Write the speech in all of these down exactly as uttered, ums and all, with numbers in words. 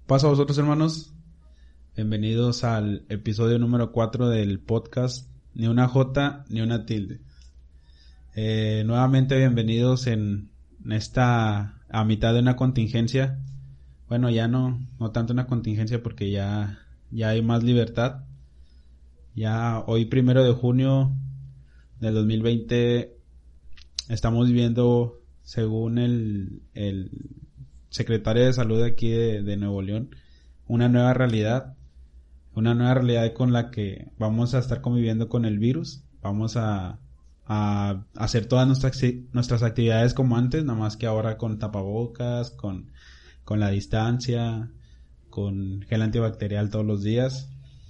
Paso a vosotros, hermanos. Bienvenidos al episodio número cuatro del podcast Ni una J ni una tilde. Eh, nuevamente bienvenidos en esta, a mitad de una contingencia. Bueno, ya no, no tanto una contingencia porque ya, ya hay más libertad. Ya hoy primero de junio del dos mil veinte estamos viviendo, según el, el secretario de salud de aquí de, de Nuevo León, una nueva realidad, una nueva realidad con la que vamos a estar conviviendo con el virus. Vamos a, a hacer todas nuestras, nuestras actividades como antes, nada más que ahora con tapabocas, con, con la distancia, con gel antibacterial todos los días.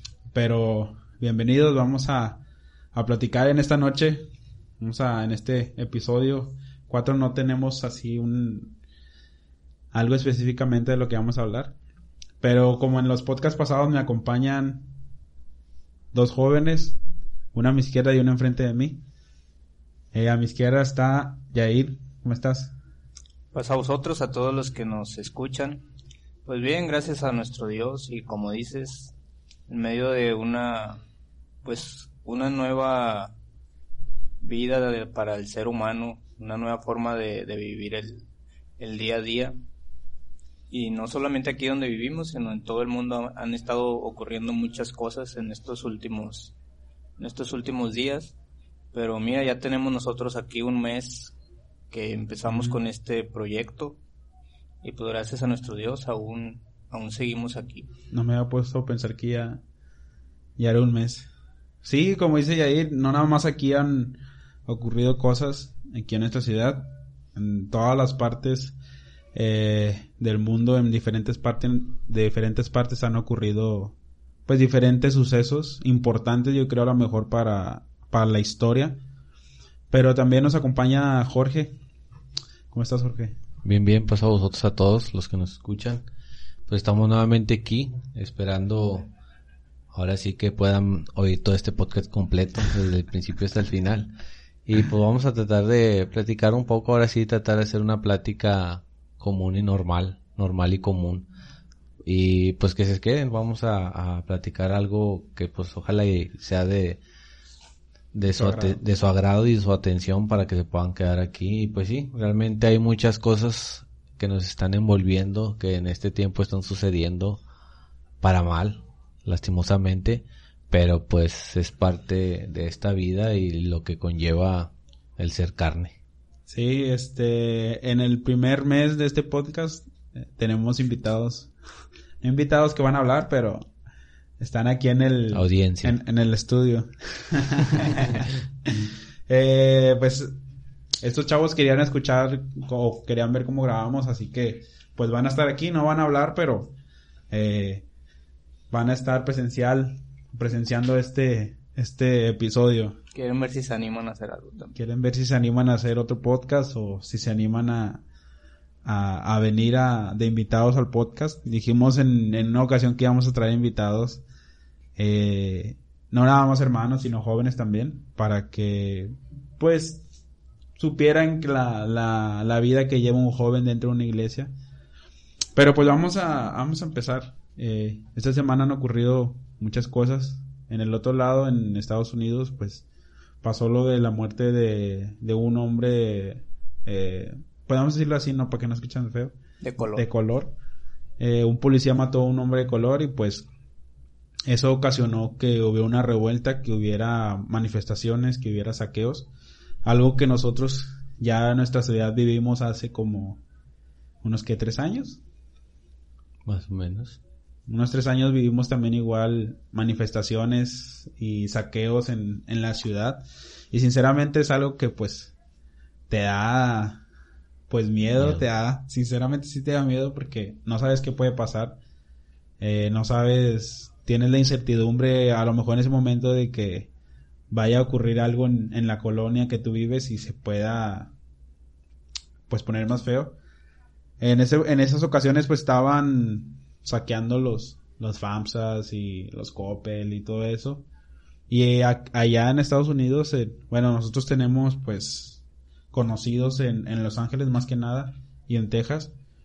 Pero bienvenidos, vamos a, a platicar en esta noche. Vamos a, en este episodio cuatro no tenemos así un algo específicamente de lo que vamos a hablar, pero como en los podcasts pasados me acompañan dos jóvenes, una a mi izquierda y una enfrente de mí. Eh, a mi izquierda está Yair. ¿Cómo estás? Pues a vosotros, a todos los que nos escuchan, pues bien, gracias a nuestro Dios, y como dices, en medio de una pues una nueva vida de, para el ser humano, una nueva forma de, de vivir el, el día a día. Y no solamente aquí donde vivimos, sino en todo el mundo han estado ocurriendo muchas cosas en estos últimos, en estos últimos días. Pero mira, ya tenemos nosotros aquí un mes que empezamos uh-huh. con este proyecto, y pues gracias a nuestro Dios aún, aún seguimos aquí. No me había puesto a pensar que ya, ya era un mes. Sí, como dice Yair, no nada más aquí han ocurrido cosas, aquí en nuestra ciudad, en todas las partes Eh, del mundo, en diferentes partes de diferentes partes han ocurrido pues diferentes sucesos importantes, yo creo a lo mejor para para la historia. Pero también nos acompaña Jorge. ¿Cómo estás, Jorge? Bien, bien, pues a vosotros, a todos los que nos escuchan. Pues estamos nuevamente aquí esperando ahora sí que puedan oír todo este podcast completo desde el principio hasta el final. Y pues vamos a tratar de platicar un poco, ahora sí tratar de hacer una plática común y normal, normal y común. Y pues que se queden, vamos a, a platicar algo que pues ojalá y sea de de su, ate- de su agrado y de su atención para que se puedan quedar aquí. Y pues sí, realmente hay muchas cosas que nos están envolviendo, que en este tiempo están sucediendo para mal, lastimosamente, pero pues es parte de esta vida y lo que conlleva el ser carne. Sí, este, en el primer mes de este podcast eh, tenemos invitados, invitados que van a hablar, pero están aquí en el audiencia, en, en el estudio. eh, pues estos chavos querían escuchar o querían ver cómo grabamos, así que pues van a estar aquí, no van a hablar, pero eh, van a estar presencial, presenciando este este episodio. Quieren ver si se animan a hacer algo también. Quieren ver si se animan a hacer otro podcast o si se animan a a, a venir a, de invitados al podcast. Dijimos en, en una ocasión que íbamos a traer invitados, eh, no nada más hermanos, sino jóvenes también, para que pues supieran que la, la, la vida que lleva un joven dentro de una iglesia. Pero pues vamos a, vamos a empezar. Eh, esta semana han ocurrido muchas cosas. En el otro lado, en Estados Unidos, pues pasó lo de la muerte de, de un hombre, eh, podemos decirlo así, no para que no escuchen feo. De color. De color. Eh, un policía mató a un hombre de color y pues eso ocasionó que hubiera una revuelta, que hubiera manifestaciones, que hubiera saqueos. Algo que nosotros ya en nuestra ciudad vivimos hace como unos que tres años. Más o menos. Unos tres años vivimos también igual manifestaciones y saqueos en, en la ciudad. Y sinceramente es algo que pues te da pues miedo, miedo. te da, sinceramente sí te da miedo porque no sabes qué puede pasar. Eh, no sabes, tienes la incertidumbre a lo mejor en ese momento de que vaya a ocurrir algo en, en la colonia que tú vives y se pueda pues poner más feo. En ese, en esas ocasiones pues estaban saqueando los, los FAMSAs y los Coppel y todo eso. Y a, allá en Estados Unidos, eh, bueno, nosotros tenemos pues conocidos en, en Los Ángeles más que nada y en Texas.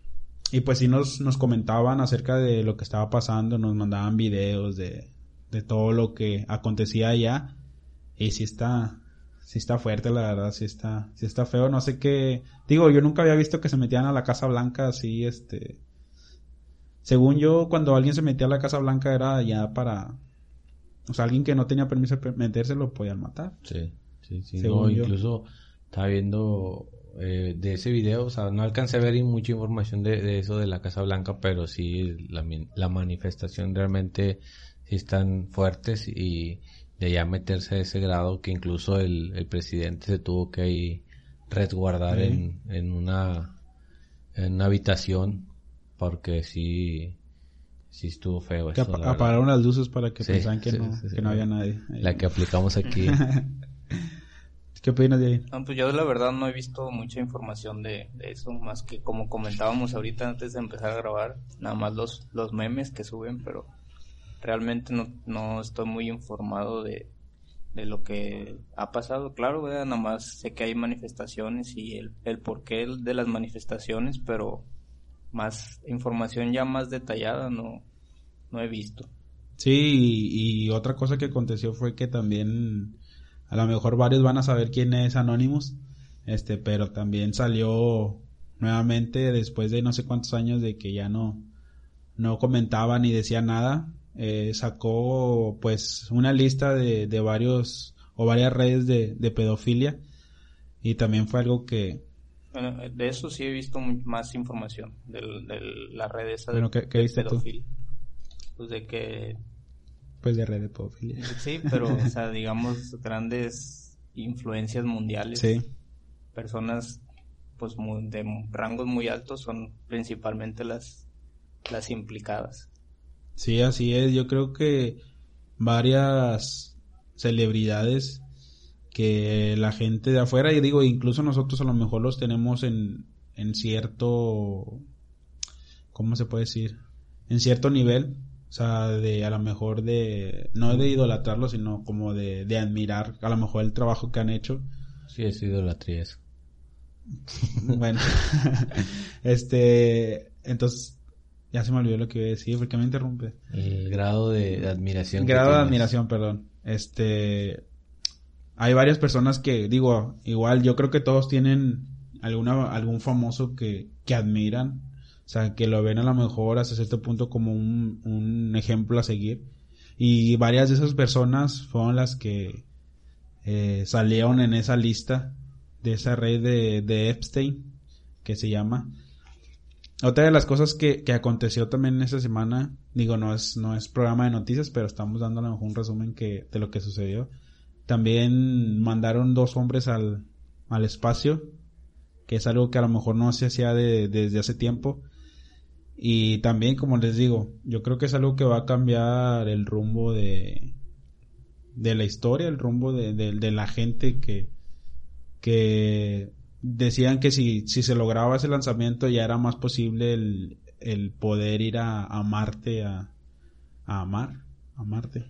y pues sí nos, nos comentaban acerca de lo que estaba pasando, nos mandaban videos de, de todo lo que acontecía allá, y sí está, sí está fuerte, la verdad, sí está, sí está feo, no sé qué, digo, yo nunca había visto que se metían a la Casa Blanca así, este, según yo, cuando alguien se metía a la Casa Blanca era ya para, o sea, alguien que no tenía permiso de meterse lo podían matar. Sí, sí, sí, Según no, yo. incluso estaba viendo eh, de ese video, o sea, no alcancé a ver mucha información de, de eso de la Casa Blanca, pero sí, la, la manifestación realmente sí están fuertes, y de allá meterse a ese grado que incluso el, el presidente se tuvo que ahí resguardar Sí. en, en una en una habitación, porque sí sí estuvo feo Que eso, ap- la apagaron verdad. las luces para que Sí, pensaran que sí, no, sí, sí, que no había nadie. La que aplicamos aquí. ¿Qué opinas de ahí? No, pues yo la verdad no he visto mucha información de, de eso, más que como comentábamos ahorita antes de empezar a grabar, nada más los, los memes que suben, pero realmente no, no estoy muy informado de, de lo que ha pasado. Claro, ¿verdad? Nada más sé que hay manifestaciones y el, el porqué de las manifestaciones, pero más información ya más detallada no, no he visto. Sí, y, y otra cosa que aconteció fue que también, a lo mejor varios van a saber quién es Anonymous, este, pero también salió nuevamente después de no sé cuántos años de que ya no, no comentaba ni decía nada, eh, sacó pues una lista de, de varios o varias redes de, de pedofilia, y también fue algo que, Bueno, de eso sí he visto muy- más información, de la red esa bueno, de, ¿qué, qué de viste tú? pedofilia. Pues de que Pues de red de pedofilia. sí, pero, o sea, digamos, grandes influencias mundiales, Sí. personas, pues, muy, de rangos muy altos son principalmente las, las implicadas. Sí, así es. Yo creo que varias celebridades que la gente de afuera, y digo, incluso nosotros a lo mejor los tenemos en, en cierto, ¿cómo se puede decir? En cierto nivel, o sea, de a lo mejor de, no de idolatrarlo, sino como de, de admirar a lo mejor el trabajo que han hecho. Sí, es idolatría eso. Bueno, este, entonces, ya se me olvidó lo que iba a decir, porque me interrumpe. El grado de, de admiración. que Grado de tienes. admiración, perdón. Este, hay varias personas que, digo, igual yo creo que todos tienen alguna, algún famoso que, que admiran, o sea, que lo ven a lo mejor hasta cierto punto como un, un ejemplo a seguir. Y varias de esas personas fueron las que eh, salieron en esa lista de esa red de, de Epstein, que se llama. Otra de las cosas que, que aconteció también en esta semana, digo, no es, no es programa de noticias, pero estamos dando a lo mejor un resumen que, de lo que sucedió. También mandaron dos hombres al, al espacio, que es algo que a lo mejor no se hacía de, desde hace tiempo. Y también, como les digo, yo creo que es algo que va a cambiar el rumbo de, de la historia, el rumbo de, de, de la gente que, que decían que si, si se lograba ese lanzamiento ya era más posible el, el poder ir a, a Marte a, a amar, a Marte.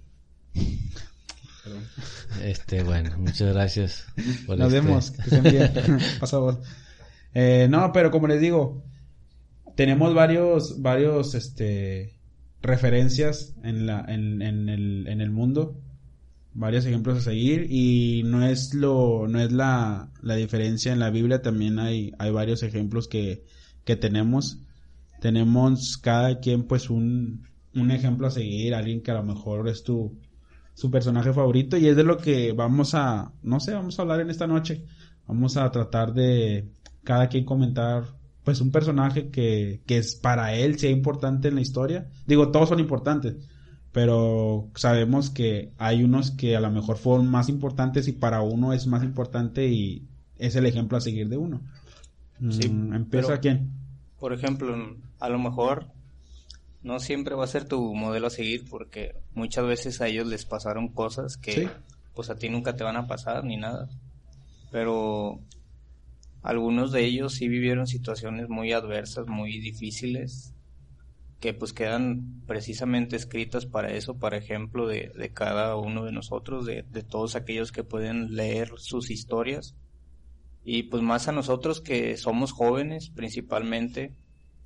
Perdón. Este, bueno, muchas gracias. Por Nos este... vemos, que estén bien. Pasa vos. Eh, no, pero como les digo, tenemos varios, varios, este, referencias en la, en, en el, en el mundo, varios ejemplos a seguir, y no es lo, no es la, la diferencia. En la Biblia también hay, hay varios ejemplos que, que tenemos, tenemos cada quien pues un, un ejemplo a seguir, alguien que a lo mejor es tu, su personaje favorito, y es de lo que vamos a, no sé, vamos a hablar en esta noche. Vamos a tratar de cada quien comentar pues un personaje que, que es para él sea importante en la historia. Digo, todos son importantes, pero sabemos que hay unos que a lo mejor fueron más importantes y para uno es más importante y es el ejemplo a seguir de uno. Sí, mm, ¿Empieza pero, quién? Por ejemplo, a lo mejor no siempre va a ser tu modelo a seguir, porque muchas veces a ellos les pasaron cosas que ¿Sí? pues a ti nunca te van a pasar ni nada, pero algunos de ellos sí vivieron situaciones muy adversas, muy difíciles, que pues quedan precisamente escritas para eso, para ejemplo de, de cada uno de nosotros, de, de todos aquellos que pueden leer sus historias, y pues más a nosotros que somos jóvenes principalmente,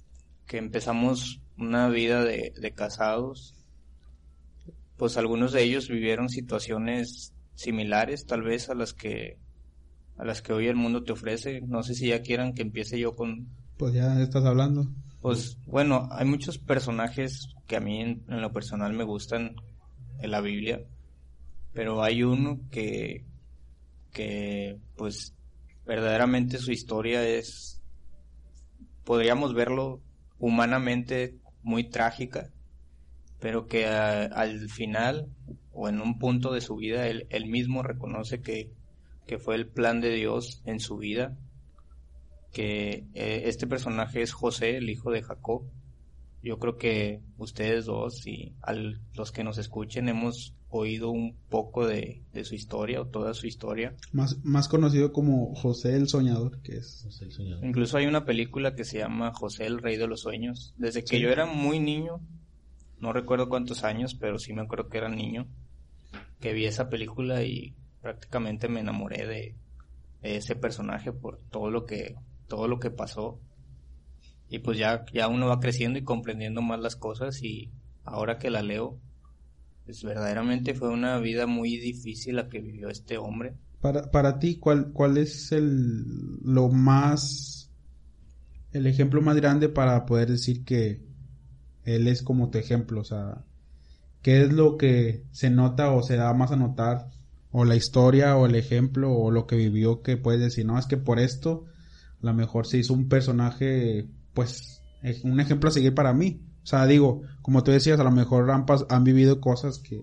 que empezamos una vida de, de casados, pues algunos de ellos vivieron situaciones similares tal vez a las que a las que hoy el mundo te ofrece. No sé si ya quieran que empiece yo con... Pues ya estás hablando. Pues bueno, hay muchos personajes que a mí en, en lo personal me gustan en la Biblia, pero hay uno que que pues verdaderamente su historia es, podríamos verlo humanamente muy trágica, pero que a, al final o en un punto de su vida él, él mismo reconoce que, que fue el plan de Dios en su vida, que eh, este personaje es José, el hijo de Jacob. Yo creo que ustedes dos y a los que nos escuchen hemos oído un poco de, de su historia o toda su historia. Más, más conocido como José el Soñador, que es... José el Soñador. Incluso hay una película que se llama José el Rey de los Sueños. Desde que sí. yo era muy niño, no recuerdo cuántos años, pero sí me acuerdo que era niño, que vi esa película y prácticamente me enamoré de, de ese personaje por todo lo que, todo lo que pasó. Y pues ya, ya uno va creciendo y comprendiendo más las cosas, y ahora que la leo, pues verdaderamente fue una vida muy difícil la que vivió este hombre. Para, para ti, ¿cuál, cuál es el, lo más, el ejemplo más grande para poder decir que él es como tu ejemplo? O sea, ¿qué es lo que se nota o se da más a notar? O la historia o el ejemplo o lo que vivió, que puedes decir, no, es que por esto a lo mejor se hizo un personaje, pues, es un ejemplo a seguir para mí. O sea, digo, como tú decías, a lo mejor han, pas- han vivido cosas que,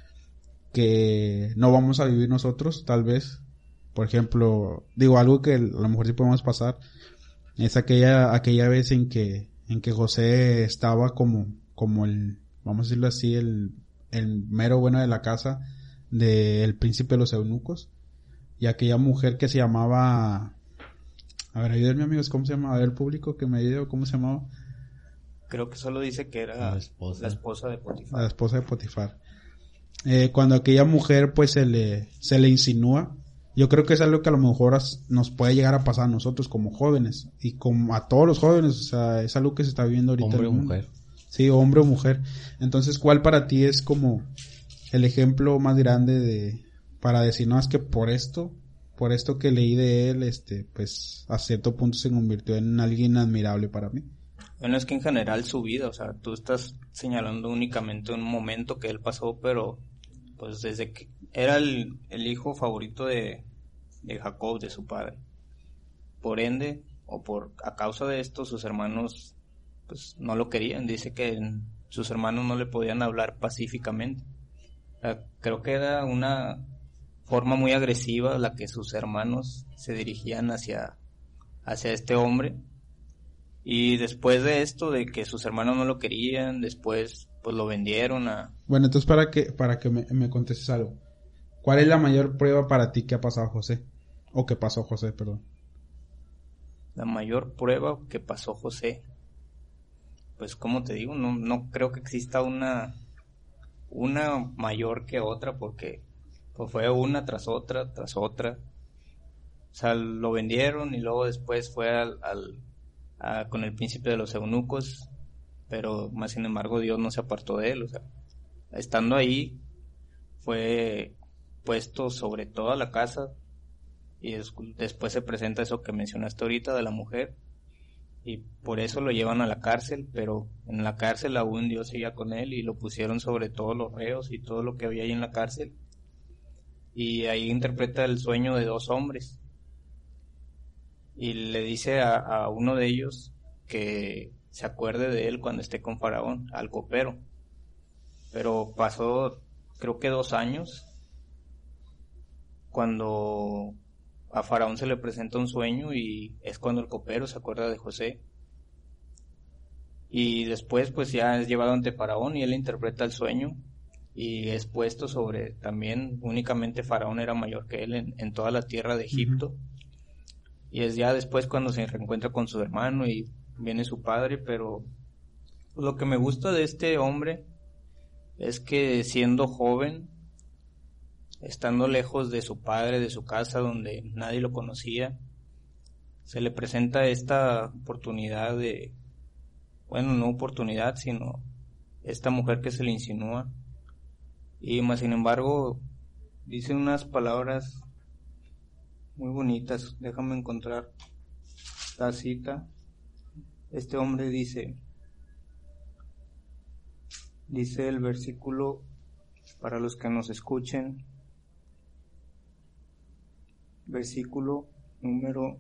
que no vamos a vivir nosotros, tal vez. Por ejemplo, digo, algo que a lo mejor sí podemos pasar, es aquella, aquella vez en que, en que José estaba como, como el, vamos a decirlo así, el, el mero bueno de la casa del príncipe de los eunucos, y aquella mujer que se llamaba, a ver, ayúdenme amigos, ¿cómo se llama? A ver, el público que me ayude, ¿cómo se llamaba? Creo que solo dice que era La esposa. la esposa de Potifar. La esposa de Potifar. Eh, cuando aquella mujer pues se le, se le insinúa, yo creo que es algo que a lo mejor as- nos puede llegar a pasar a nosotros como jóvenes, y como a todos los jóvenes, o sea, es algo que se está viendo ahorita. Hombre en o el mundo. mujer. Sí, hombre o mujer. Entonces, ¿cuál para ti es como el ejemplo más grande de, para decir, no, es que por esto, por esto que leí de él, este, pues, a cierto punto se convirtió en alguien admirable para mí? Bueno, es que en general su vida, o sea, tú estás señalando únicamente un momento que él pasó, pero pues desde que era el, el hijo favorito de, de Jacob, de su padre. Por ende, o por a causa de esto, sus hermanos pues no lo querían. Dice que sus hermanos no le podían hablar pacíficamente. O sea, creo que era una forma muy agresiva la que sus hermanos se dirigían hacia, hacia este hombre. Y después de esto, de que sus hermanos no lo querían, después pues lo vendieron a... Bueno, entonces para que, para que me, me contestes algo. ¿Cuál es la mayor prueba para ti que ha pasado José? O que pasó José, perdón. La mayor prueba que pasó José. Pues como te digo, no, no creo que exista una, una mayor que otra, porque pues fue una tras otra, tras otra. O sea, lo vendieron y luego después fue al... al A, con el príncipe de los eunucos, pero más sin embargo Dios no se apartó de él. O sea, estando ahí fue puesto sobre toda la casa, y es, después se presenta eso que mencionaste ahorita de la mujer, y por eso lo llevan a la cárcel, pero en la cárcel aún Dios seguía con él y lo pusieron sobre todos los reos y todo lo que había ahí en la cárcel, y ahí interpreta el sueño de dos hombres. Y le dice a, a uno de ellos que se acuerde de él cuando esté con Faraón, al copero. Pero pasó, creo que dos años, cuando a Faraón se le presenta un sueño, y es cuando el copero se acuerda de José. Y después pues ya es llevado ante Faraón y él interpreta el sueño, y es puesto sobre, también únicamente Faraón era mayor que él en, en toda la tierra de Egipto. Uh-huh. Y es ya después cuando se reencuentra con su hermano y viene su padre. Pero lo que me gusta de este hombre es que siendo joven, estando lejos de su padre, de su casa donde nadie lo conocía, se le presenta esta oportunidad de, bueno, no oportunidad, sino esta mujer que se le insinúa. Y más sin embargo, dice unas palabras muy bonitas. Déjame encontrar la cita. Este hombre dice, dice el versículo, para los que nos escuchen, versículo número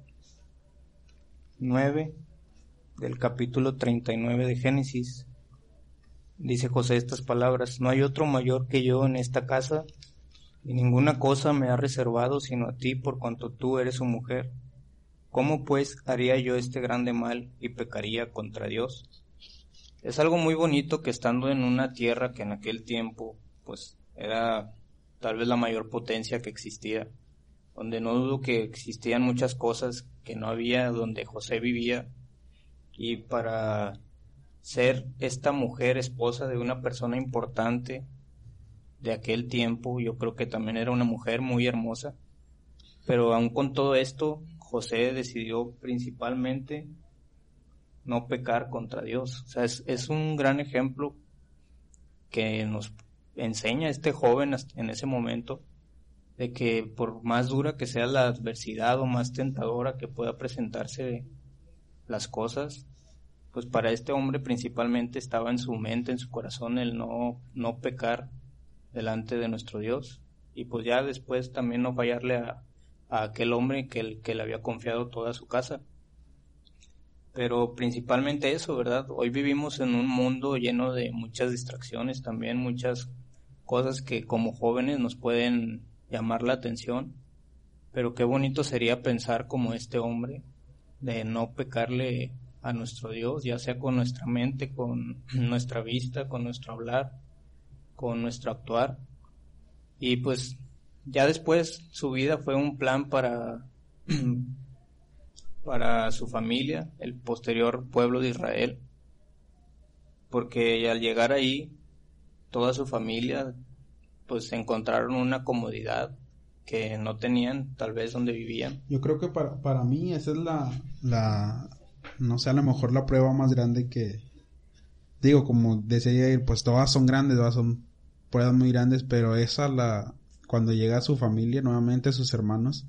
nueve del capítulo treinta y nueve de Génesis. Dice José estas palabras: no hay otro mayor que yo en esta casa, y ninguna cosa me ha reservado sino a ti, por cuanto tú eres su mujer. ¿Cómo pues haría yo este grande mal y pecaría contra Dios? Es algo muy bonito que, estando en una tierra que en aquel tiempo pues era tal vez la mayor potencia que existía, donde no dudo que existían muchas cosas que no había donde José vivía, y para ser esta mujer esposa de una persona importante de aquel tiempo, yo creo que también era una mujer muy hermosa. Pero aún con todo esto, José decidió principalmente no pecar contra Dios. O sea, es, es un gran ejemplo que nos enseña este joven en ese momento, de que por más dura que sea la adversidad o más tentadora que pueda presentarse las cosas, pues para este hombre principalmente estaba en su mente, en su corazón, el no, no pecar delante de nuestro Dios, y pues ya después también no fallarle a, a aquel hombre que, que le había confiado toda su casa. Pero principalmente eso, ¿verdad? Hoy vivimos en un mundo lleno de muchas distracciones, también muchas cosas que como jóvenes nos pueden llamar la atención, pero qué bonito sería pensar como este hombre, de no pecarle a nuestro Dios, ya sea con nuestra mente, con nuestra vista, con nuestro hablar, con nuestro actuar. Y pues ya después su vida fue un plan para para su familia, el posterior pueblo de Israel, porque al llegar ahí toda su familia pues encontraron una comodidad que no tenían tal vez donde vivían. Yo creo que para, para mí esa es la, la, no sé, a lo mejor la prueba más grande que, digo, como decía, pues todas son grandes, todas son pruebas muy grandes, pero esa la, cuando llega a su familia, nuevamente a sus hermanos,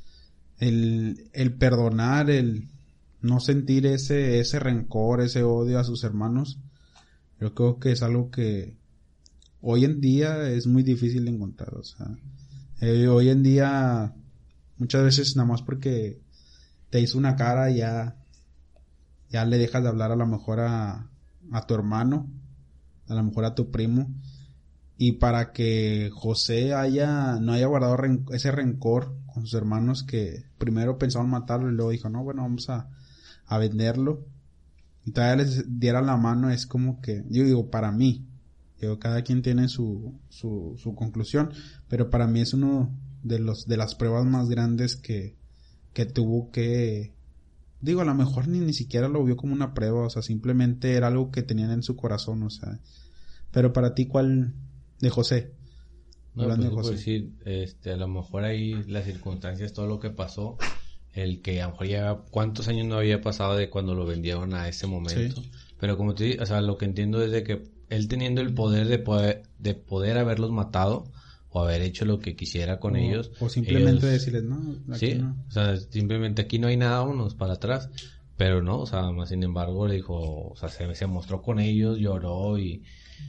el, el perdonar, el no sentir ese, ese rencor, ese odio a sus hermanos, yo creo que es algo que hoy en día es muy difícil de encontrar. O sea, eh, hoy en día muchas veces nada más porque te hizo una cara ya ya le dejas de hablar a lo mejor a, a tu hermano, a lo mejor a tu primo, y para que José haya no haya guardado ren- ese rencor con sus hermanos, que primero pensaron matarlo y luego dijo, no, bueno, vamos a, a venderlo, y todavía les dieran la mano, es como que, yo digo, para mí, digo, cada quien tiene su, su, su conclusión, pero para mí es uno de los, de las pruebas más grandes que, que tuvo que, digo, a lo mejor ni, ni siquiera lo vio como una prueba, o sea, simplemente era algo que tenían en su corazón, o sea, pero para ti, ¿cuál de José? No, pues, de José. Por decir, este, a lo mejor ahí las circunstancias, todo lo que pasó, el que a lo mejor ya cuántos años no había pasado de cuando lo vendieron a ese momento, sí. Pero como te digo, o sea, lo que entiendo es de que él teniendo el poder de poder, de poder haberlos matado, o haber hecho lo que quisiera con o, ellos. O simplemente ellos, decirles, no, aquí sí, no. O sea, simplemente aquí no hay nada, unos para atrás. Pero no, o sea, más sin embargo le dijo, o sea, se, se mostró con ellos, lloró y...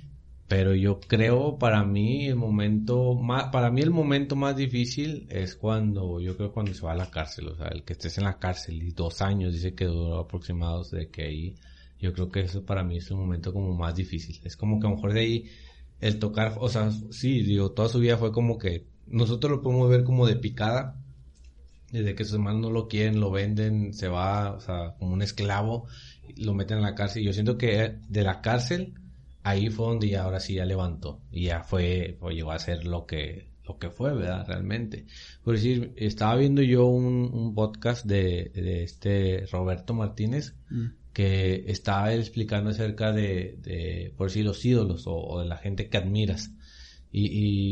Pero yo creo, para mí, el momento más, para mí el momento más difícil es cuando, yo creo cuando se va a la cárcel, o sea, el que estés en la cárcel y dos años, dice que duró aproximados de que ahí, yo creo que eso para mí es el momento como más difícil. Es como que a lo mejor de ahí, el tocar, o sea, sí, digo, toda su vida fue como que, nosotros lo podemos ver como de picada, desde que sus hermanos no lo quieren, lo venden, se va, o sea, como un esclavo, lo meten en la cárcel. Yo siento que de la cárcel, ahí fue donde ya ahora sí ya levantó y ya fue, o llegó a ser lo que lo que fue, ¿verdad? Realmente. Por decir, estaba viendo yo un, un podcast de, de este Roberto Martínez, mm. que estaba él explicando acerca de, de por decir, los ídolos o, o de la gente que admiras. Y,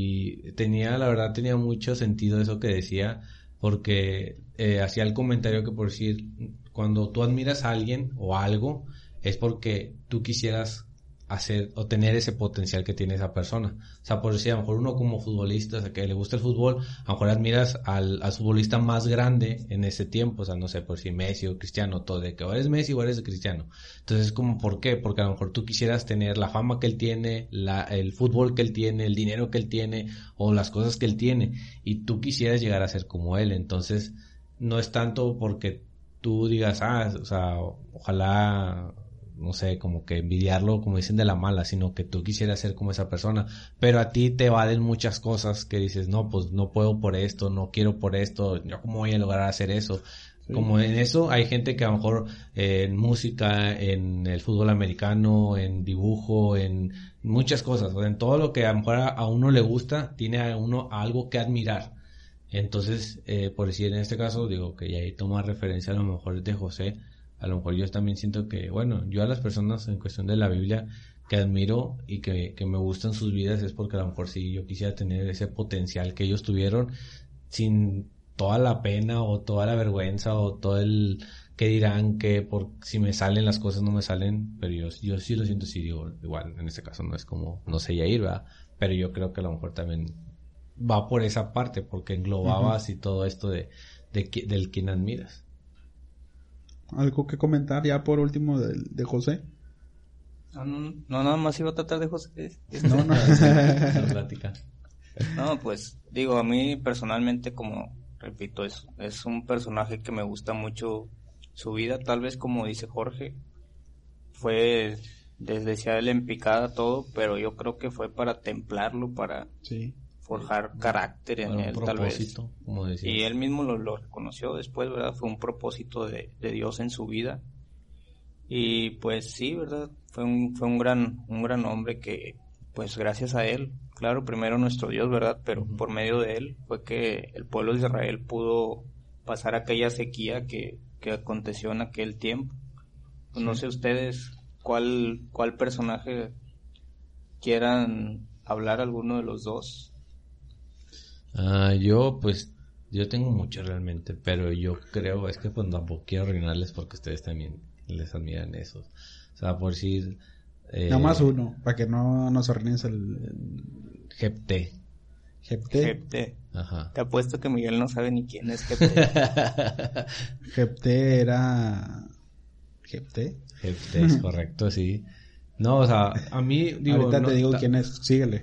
y tenía, la verdad, tenía mucho sentido eso que decía, porque eh, hacía el comentario que, por decir, cuando tú admiras a alguien o algo, es porque tú quisieras hacer o tener ese potencial que tiene esa persona. O sea, por decir, a lo mejor uno como futbolista, o sea, que le gusta el fútbol, a lo mejor admiras al, al futbolista más grande en ese tiempo, o sea, no sé, por si Messi o Cristiano, todo de que o eres Messi o eres Cristiano. Entonces, como, ¿por qué? Porque a lo mejor tú quisieras tener la fama que él tiene, la, el fútbol que él tiene, el dinero que él tiene, o las cosas que él tiene, y tú quisieras llegar a ser como él. Entonces, no es tanto porque tú digas, ah, o sea, ojalá, no sé, como que envidiarlo, como dicen, de la mala, sino que tú quisieras ser como esa persona, pero a ti te evaden muchas cosas que dices, no, pues no puedo por esto, no quiero por esto, yo cómo voy a lograr hacer eso. Sí. Como en eso hay gente que a lo mejor eh, en música, en el fútbol americano, en dibujo, en muchas cosas, o sea, en todo lo que a lo mejor a, a uno le gusta, tiene a uno algo que admirar. Entonces, eh, por decir en este caso, digo que ya ahí toma referencia a lo mejor de José. A lo mejor yo también siento que, bueno, yo a las personas en cuestión de la Biblia que admiro y que, que me gustan sus vidas es porque a lo mejor sí yo quisiera tener ese potencial que ellos tuvieron sin toda la pena o toda la vergüenza o todo el que dirán que por si me salen las cosas no me salen, pero yo, yo sí lo siento, sí digo, igual en este caso no es como, no sé, Yair, ¿verdad? Pero yo creo que a lo mejor también va por esa parte porque englobaba así uh-huh. todo esto de, de, de del quien admiras. ¿Algo que comentar ya por último de, de José? No, no, no, nada más iba a tratar de José. No, no. No, pues, digo, a mí personalmente, como repito, es, es un personaje que me gusta mucho su vida, tal vez como dice Jorge, fue desde él en picada todo, pero yo creo que fue para templarlo, para... Sí. forjar carácter en él, tal vez. Como decías. Y él mismo lo, lo reconoció después, ¿verdad? Fue un propósito de, de Dios en su vida. Y pues sí, ¿verdad? Fue un, fue un gran, un gran hombre que, pues gracias a él, claro, primero nuestro Dios, ¿verdad? Pero uh-huh. por medio de él fue que el pueblo de Israel pudo pasar aquella sequía que, que aconteció en aquel tiempo. Pues sí. No sé ustedes cuál, cuál personaje quieran hablar, alguno de los dos. Uh, yo pues yo tengo mucho realmente, pero yo creo, es que pues tampoco quiero arruinarles porque ustedes también les admiran eso, o sea, por decir eh, nada más uno, para que no nos arruines el Jefté. Jefté. Jefté. Ajá. Te apuesto que Miguel no sabe ni quién es Jefté. Jefté era Jefté. Jefté es correcto, sí. No, o sea, a mí, digo... Ahorita no, te digo ta... quién es, síguele.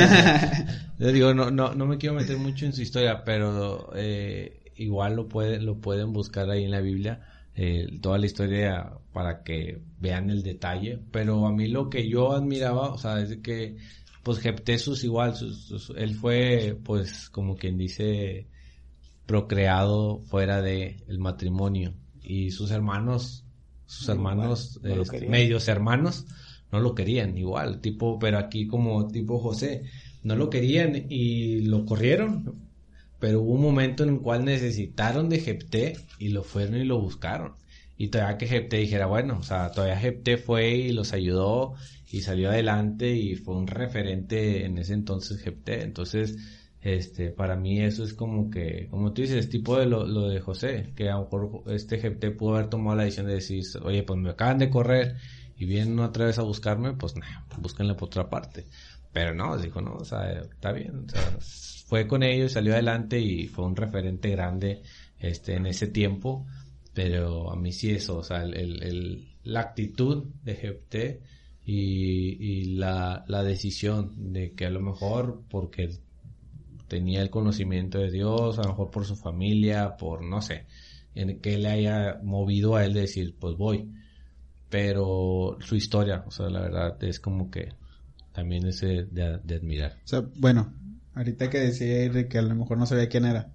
Yo digo, no, no, no me quiero meter mucho en su historia, pero eh, igual lo pueden, lo pueden buscar ahí en la Biblia, eh, toda la historia para que vean el detalle, pero a mí lo que yo admiraba, o sea, es que, pues Jefté sus igual, sus, sus, él fue, pues, como quien dice, procreado fuera de el matrimonio, y sus hermanos, sus hermanos, igual, no este, medios hermanos, no lo querían igual, tipo, pero aquí como tipo José, no lo querían y lo corrieron, pero hubo un momento en el cual necesitaron de Jefté y lo fueron y lo buscaron, y todavía que Jefté dijera, bueno, o sea, todavía Jefté fue y los ayudó y salió adelante y fue un referente en ese entonces Jefté. Entonces, este, para mí eso es como que, como tú dices, tipo de lo, lo de José, que a lo mejor este Jefté pudo haber tomado la decisión de decir, oye, pues me acaban de correr y vienen otra vez a buscarme, pues nah, búsquenle por otra parte. Pero no, dijo, no, o sea, está bien, o sea, fue con ellos, salió adelante y fue un referente grande este en ese tiempo, pero a mí sí eso, o sea, el, el, el la actitud de Jefté y, y la, la decisión de que a lo mejor porque tenía el conocimiento de Dios, a lo mejor por su familia, por no sé, en que le haya movido a él de decir, pues voy. Pero su historia, o sea, la verdad es como que también es de, de admirar. O sea, bueno, ahorita que decía de que a lo mejor no sabía quién era.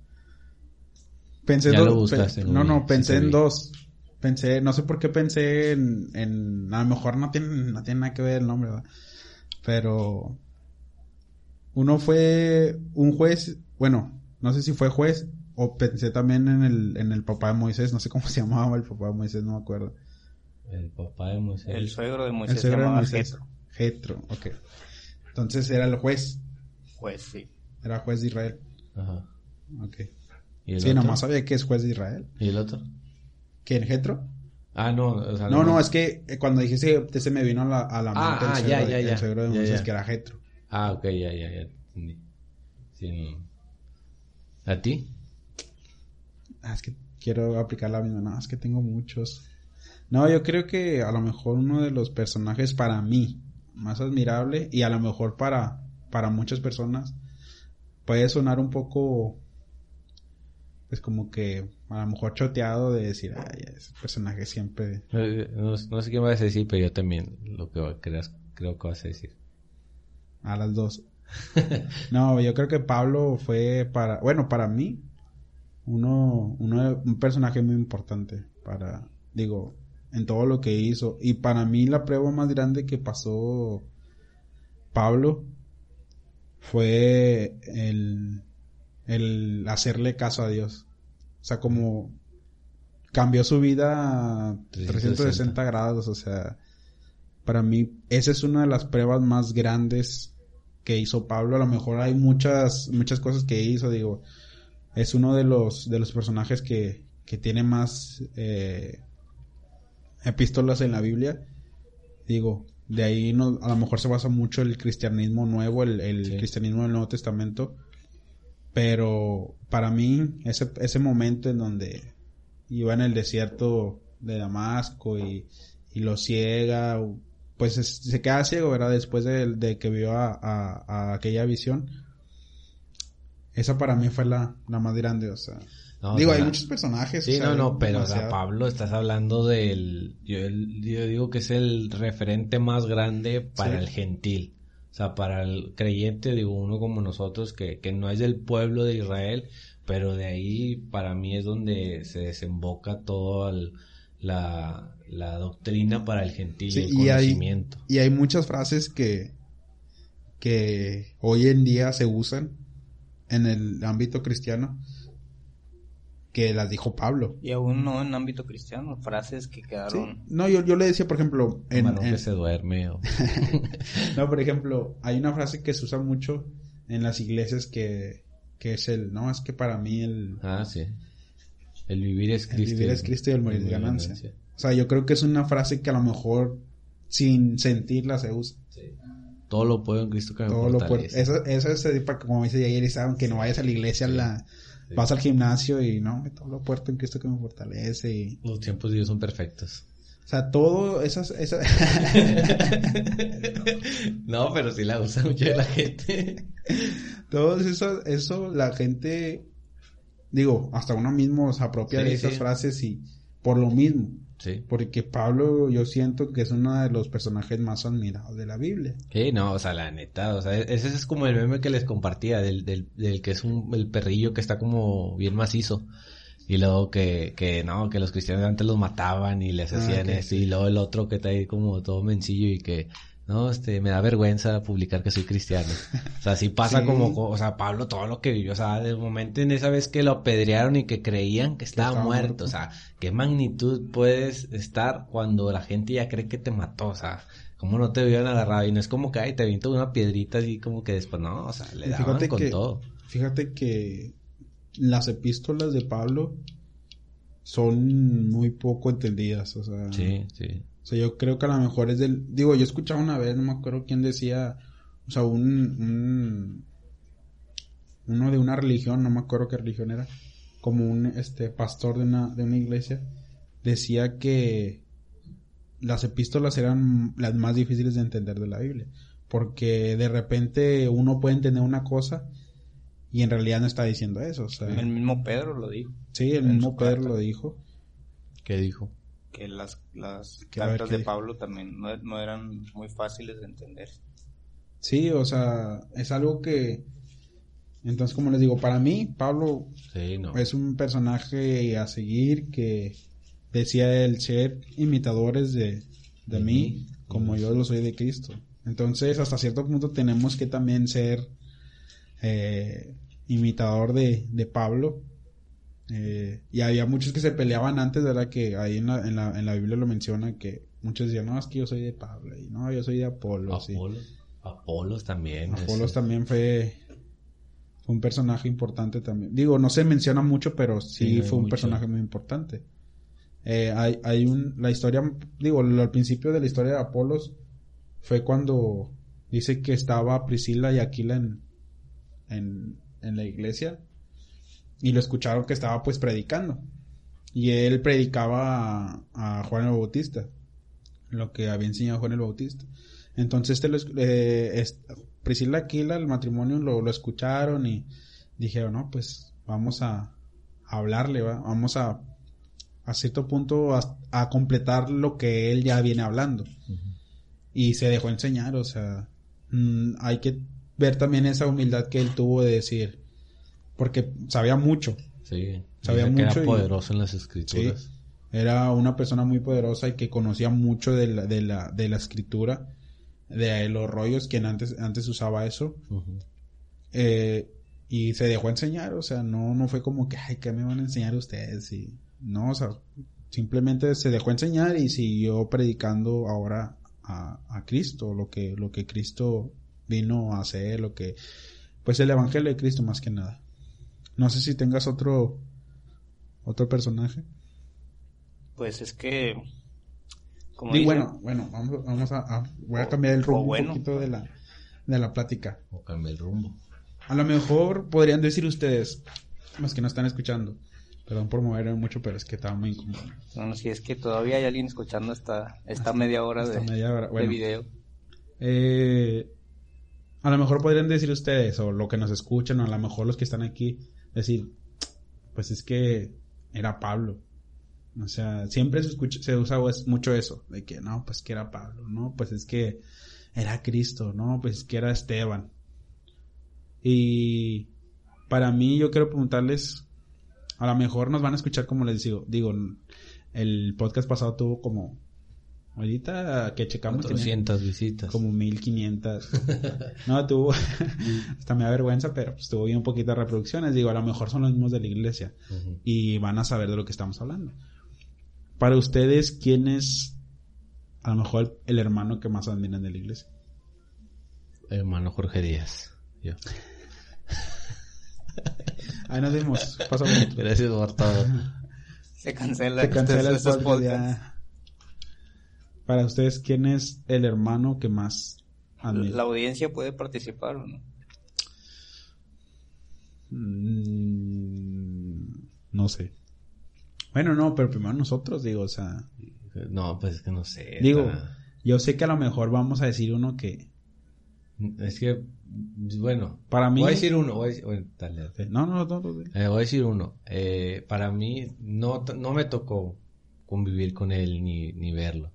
Pensé ya dos, lo buscaste, pe- no, no, pensé sí, en dos. Pensé, no sé por qué pensé en, en a lo mejor no tiene, no tiene nada que ver el nombre, ¿verdad? Pero uno fue un juez, bueno, no sé si fue juez o pensé también en el, en el papá de Moisés, no sé cómo se llamaba el papá de Moisés, no me acuerdo. El papá de Moisés. El suegro de Moisés. El suegro de Moisés. Jetro, ok. Entonces era el juez. Juez, sí. Era juez de Israel. Ajá. Ok. ¿Y el sí, otro? nomás sabía que es juez de Israel. ¿Y el otro? ¿Quién, Jetro? Ah, no, o sea, No, no, es que eh, cuando dije ese, ese me vino a la, a la mente Ah, ah, el ya, suegro ya, de, ya. el suegro de Ya, Moisés, ya. que era Jetro. Ah, ok, ya, ya, ya. entendí. Sí, no. ¿A ti? Ah, es que quiero aplicar la misma. No, es que tengo muchos. No, yo creo que a lo mejor uno de los personajes para mí más admirable y a lo mejor para, para muchas personas puede sonar un poco, pues como que a lo mejor choteado de decir, ay, ese personaje siempre... Eh, No, no sé qué me vas a decir, pero yo también lo que creas, creo que vas a decir. A las dos. No, yo creo que Pablo fue para, bueno, para mí, uno, uno, un personaje muy importante para, digo, en todo lo que hizo. Y para mí la prueba más grande que pasó Pablo fue el, el hacerle caso a Dios. O sea, como cambió su vida trescientos sesenta grados, o sea, para mí esa es una de las pruebas más grandes que hizo Pablo. A lo mejor hay muchas muchas cosas que hizo, digo, es uno de los de los personajes que, que tiene más eh, epístolas en la Biblia. Digo, de ahí no, a lo mejor se basa mucho el cristianismo nuevo, el, el sí. cristianismo del Nuevo Testamento, pero para mí ese ese momento en donde iba en el desierto de Damasco y, y lo ciega, pues es, se queda ciego, ¿verdad? Después de, de que vio a, a, a aquella visión. Esa para mí fue la, la más grande, o sea... No, digo, o sea, hay muchos personajes. Sí, o sea, no, no, pero demasiado. O sea, Pablo, estás hablando del... Yo, yo digo que es el referente más grande para sí. el gentil. O sea, para el creyente, digo, uno como nosotros, que, que no es del pueblo de Israel, pero de ahí para mí es donde se desemboca toda la, la doctrina para el gentil, sí, el conocimiento. Y hay, y hay muchas frases que, que hoy en día se usan en el ámbito cristiano, que las dijo Pablo. Y aún no en ámbito cristiano, frases que quedaron... Sí. No, yo, yo le decía, por ejemplo... En, en... que se duerme o... No, por ejemplo, hay una frase que se usa mucho en las iglesias que, que es el... No, es que para mí el... Ah, sí. El vivir es Cristo. El vivir es Cristo y el morir es ganancia. ganancia. O sea, yo creo que es una frase que a lo mejor sin sentirla se usa. Sí. Todo lo puedo en Cristo que me Todo fortalece. Eso, eso es, como dice ayer, aunque no vayas a la iglesia, sí. la... Sí. Vas al gimnasio y no, todo lo puerto en Cristo que me fortalece y... Los tiempos de Dios son perfectos. O sea, todo esas... esas... No, pero sí la usa mucho la gente. Todo eso, eso la gente... Digo, hasta uno mismo se apropia sí, de esas sí. frases y por lo mismo. Sí. Porque Pablo, yo siento que es uno de los personajes más admirados de la Biblia. Sí, no, o sea, la neta, o sea, ese es como el meme que les compartía, del, del, del que es un, el perrillo que está como bien macizo. Y luego que, que no, que los cristianos antes los mataban y les hacían ah, okay, eso. Sí. Y luego el otro que está ahí como todo mencillo y que, no, este, me da vergüenza publicar que soy cristiano. O sea, sí pasa sí. como, o sea, Pablo todo lo que vivió, o sea, del momento en esa vez que lo apedrearon y que creían que estaba, que estaba muerto, muerto, o sea, qué magnitud puedes estar cuando la gente ya cree que te mató, o sea, cómo no te habían agarrado, y no es como que, ay, te aviento una piedrita así como que después, no, o sea, le daban fíjate con que, todo. Fíjate que las epístolas de Pablo son muy poco entendidas, o sea... Sí, sí. O sea, yo creo que a lo mejor es del... Digo, yo escuchaba una vez, no me acuerdo quién decía... O sea, un... un uno de una religión, no me acuerdo qué religión era. Como un este pastor de una, de una iglesia. Decía que las epístolas eran las más difíciles de entender de la Biblia. Porque de repente uno puede entender una cosa... Y en realidad no está diciendo eso, o sea... El mismo Pedro lo dijo. Sí, el mismo Pedro carta. lo dijo. ¿Qué dijo? Que las, las cartas de Pablo también no, no eran muy fáciles de entender. Sí, o sea, es algo que... Entonces, como les digo, para mí, Pablo sí, no. es un personaje a seguir que decía el ser imitadores de, de mí, mí, como yo lo soy de Cristo. Entonces, hasta cierto punto tenemos que también ser eh, imitador de, de Pablo. Eh, y había muchos que se peleaban antes, ¿verdad? Que ahí en la, en la, en la Biblia lo menciona, que muchos decían, no, es que yo soy de Pablo, y no, yo soy de Apolos. Apolos, sí. Apolos también. Apolos sí. también fue, fue un personaje importante también. Digo, no se menciona mucho, pero sí, sí fue un mucho. personaje muy importante. Eh, hay, hay un, la historia, digo, al principio de la historia de Apolos fue cuando dice que estaba Priscila y Aquila en, en, en la iglesia y lo escucharon que estaba pues predicando y él predicaba a, a Juan el Bautista, lo que había enseñado Juan el Bautista. Entonces este lo, eh, es, Priscila y Aquila, el matrimonio lo, lo escucharon y dijeron, no, pues vamos a, a hablarle, ¿va? Vamos a a cierto punto a, a completar lo que él ya viene hablando. Uh-huh. Y se dejó enseñar, o sea, mmm, hay que ver también esa humildad que él tuvo de decir, porque sabía mucho. Sí, sabía mucho. Era poderoso y, en las escrituras. Sí, era una persona muy poderosa y que conocía mucho de la, de la, de la escritura, de los rollos, quien antes, antes usaba eso. Uh-huh. Eh, y se dejó enseñar, o sea, no, no fue como que, ay, ¿qué me van a enseñar ustedes? Y no, o sea, simplemente se dejó enseñar y siguió predicando ahora a, a Cristo, lo que, lo que Cristo vino a hacer, lo que, pues el evangelio de Cristo más que nada. No sé si tengas otro, otro personaje. Pues es que, como y dicen, bueno, bueno, vamos, vamos a, a voy a cambiar el rumbo bueno, un poquito de la, de la plática. O cambiar el rumbo. A lo mejor podrían decir ustedes, los que no están escuchando, perdón por moverme mucho, pero es que estaba muy incómodo. Bueno, si es que todavía hay alguien escuchando esta, esta media hora, de, media hora. Bueno, de video. Eh, a lo mejor podrían decir ustedes, o lo que nos escuchan, o a lo mejor los que están aquí, decir, pues es que era Pablo. O sea, siempre se escucha, se usa mucho eso, de que no, pues que era Pablo, no, pues es que era Cristo, no, pues es que era Esteban. Y para mí yo quiero preguntarles, a lo mejor nos van a escuchar como les digo, digo, el podcast pasado tuvo como, ahorita que checamos cuatrocientas visitas. Como mil quinientas. No, tuvo, hasta me da vergüenza, pero pues tuvo bien un poquito de reproducciones, digo, a lo mejor son los mismos de la iglesia uh-huh. y van a saber de lo que estamos hablando. Para ustedes, ¿quién es a lo mejor el, el hermano que más admiran de la iglesia? Hermano Jorge Díaz, yo. Ahí nos vimos. Pasa Gracias por todo. Se cancela. Se cancela el podcast. Para ustedes, ¿quién es el hermano que más admira? La audiencia puede participar, ¿o no? Mm, no sé. Bueno, no, pero primero nosotros, digo, o sea... No, pues es que no sé. Digo, está... yo sé que a lo mejor vamos a decir uno que... Es que, bueno, para mí... Voy a decir uno, voy a decir... Bueno, dale, dale. No, no, no. no, no. Eh, voy a decir uno. Eh, para mí, no, no me tocó convivir con él ni, ni verlo.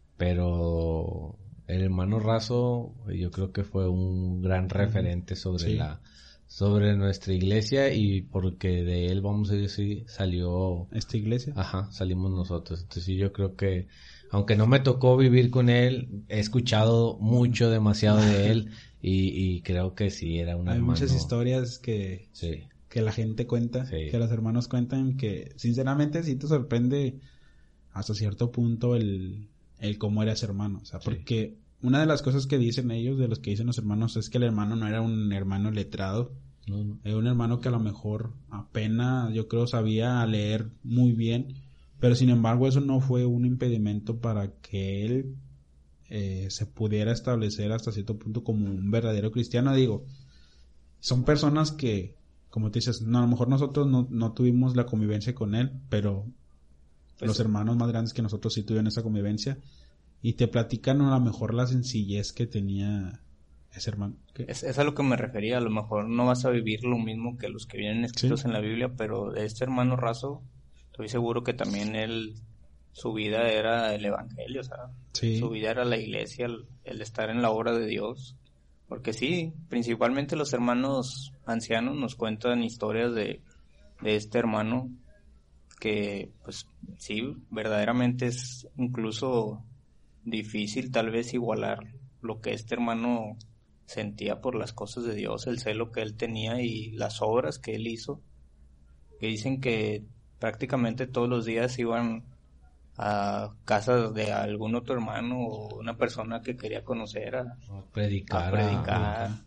Pero el hermano Razo, yo creo que fue un gran referente sobre sí. la... sobre nuestra iglesia, y porque de él, vamos a decir, salió... ¿Esta iglesia? Ajá, salimos nosotros. Entonces sí, yo creo que, aunque no me tocó vivir con él, he escuchado mucho, demasiado de él, y, y creo que sí, era un Hay hermano... muchas historias que, sí. que la gente cuenta, sí. que los hermanos cuentan, que sinceramente sí te sorprende hasta cierto punto el, el cómo era ese hermano. O sea, sí. porque... Una de las cosas que dicen ellos, de los que dicen los hermanos, es que el hermano no era un hermano letrado. No, no. Era un hermano que a lo mejor apenas, yo creo, sabía leer muy bien. Pero sin embargo, eso no fue un impedimento para que él eh, se pudiera establecer hasta cierto punto como un verdadero cristiano. Digo, son personas que, como te dices, no, a lo mejor nosotros no, no tuvimos la convivencia con él, pero pues los sí. hermanos más grandes que nosotros sí tuvieron esa convivencia. Y te platican a lo mejor la sencillez que tenía ese hermano. Es, es a lo que me refería. A lo mejor no vas a vivir lo mismo que los que vienen escritos ¿sí? en la Biblia, pero de este hermano Razo, estoy seguro que también él, su vida era el evangelio, o sea, sí. su vida era la iglesia, el, el estar en la obra de Dios. Porque sí, principalmente los hermanos ancianos nos cuentan historias de, de este hermano que, pues, sí, verdaderamente es incluso... difícil tal vez igualar lo que este hermano sentía por las cosas de Dios, el celo que él tenía y las obras que él hizo, que dicen que prácticamente todos los días iban a casa de algún otro hermano o una persona que quería conocer a, a predicar, a predicar. A...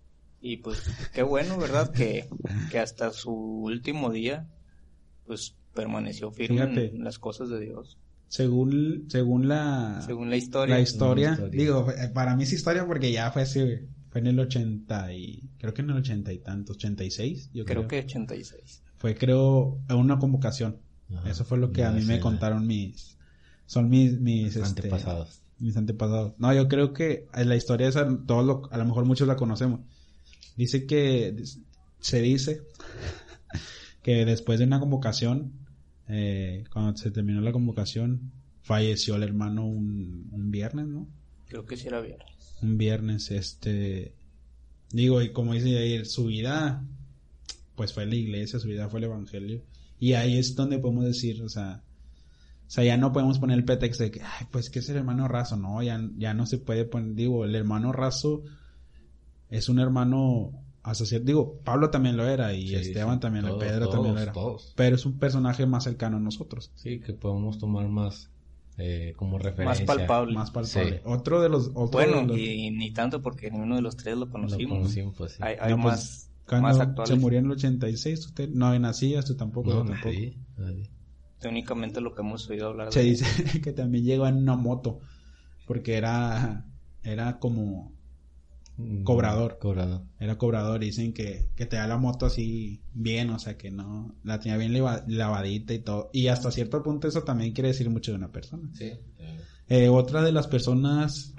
y pues qué bueno, ¿verdad? que, que hasta su último día pues permaneció firme Fíjate. en las cosas de Dios. Según, según la... Según la historia. La historia, La historia. digo, para mí es historia porque ya fue así, fue en el ochenta y... Creo que en el ochenta y tantos, ochenta y seis, yo creo. Creo que ochenta y seis. Fue, creo, una convocación. Ajá. Eso fue lo que No a mí sé, me la- contaron mis... Son mis... mis este, antepasados. mis antepasados. No, yo creo que la historia esa, todos lo, a lo mejor muchos la conocemos. Dice que... Se dice... que después de una convocación... Eh, cuando se terminó la convocación... Falleció el hermano un, un viernes, ¿no? Creo que sí era viernes. Un viernes, este... Digo, y como dice Jair, su vida... Pues fue la iglesia, su vida fue el evangelio. Y ahí es donde podemos decir, o sea... O sea, ya no podemos poner el pretexto de que... Ay, pues que es el hermano raso, no, ya, ya no se puede poner... Digo, el hermano raso... Es un hermano... Hasta cierto, digo, Pablo también lo era. Y Sí, Esteban sí, también lo todos, Pedro todos, también lo era. todos. Pero es un personaje más cercano a nosotros. Sí, que podemos tomar más eh, como referencia. Más palpable. Más palpable. Sí. Otro de los... Otro Bueno, de los... y ni tanto porque ninguno de los tres lo Lo conocimos. conocimos, pues sí. Hay, hay No, pues, más, Cuando más actuales. se murió en el ochenta y seis, usted no nacías, tú tampoco, No, yo tampoco. nadie, nadie. Únicamente lo que hemos oído hablar Se de dice que también llegó en una moto, porque era era como Mm, Cobrador. Cobrador. era cobrador y dicen que, que te da la moto así bien, o sea que no, la tenía bien lava- lavadita y todo, y hasta cierto punto eso también quiere decir mucho de una persona. Sí. Eh, otra de las personas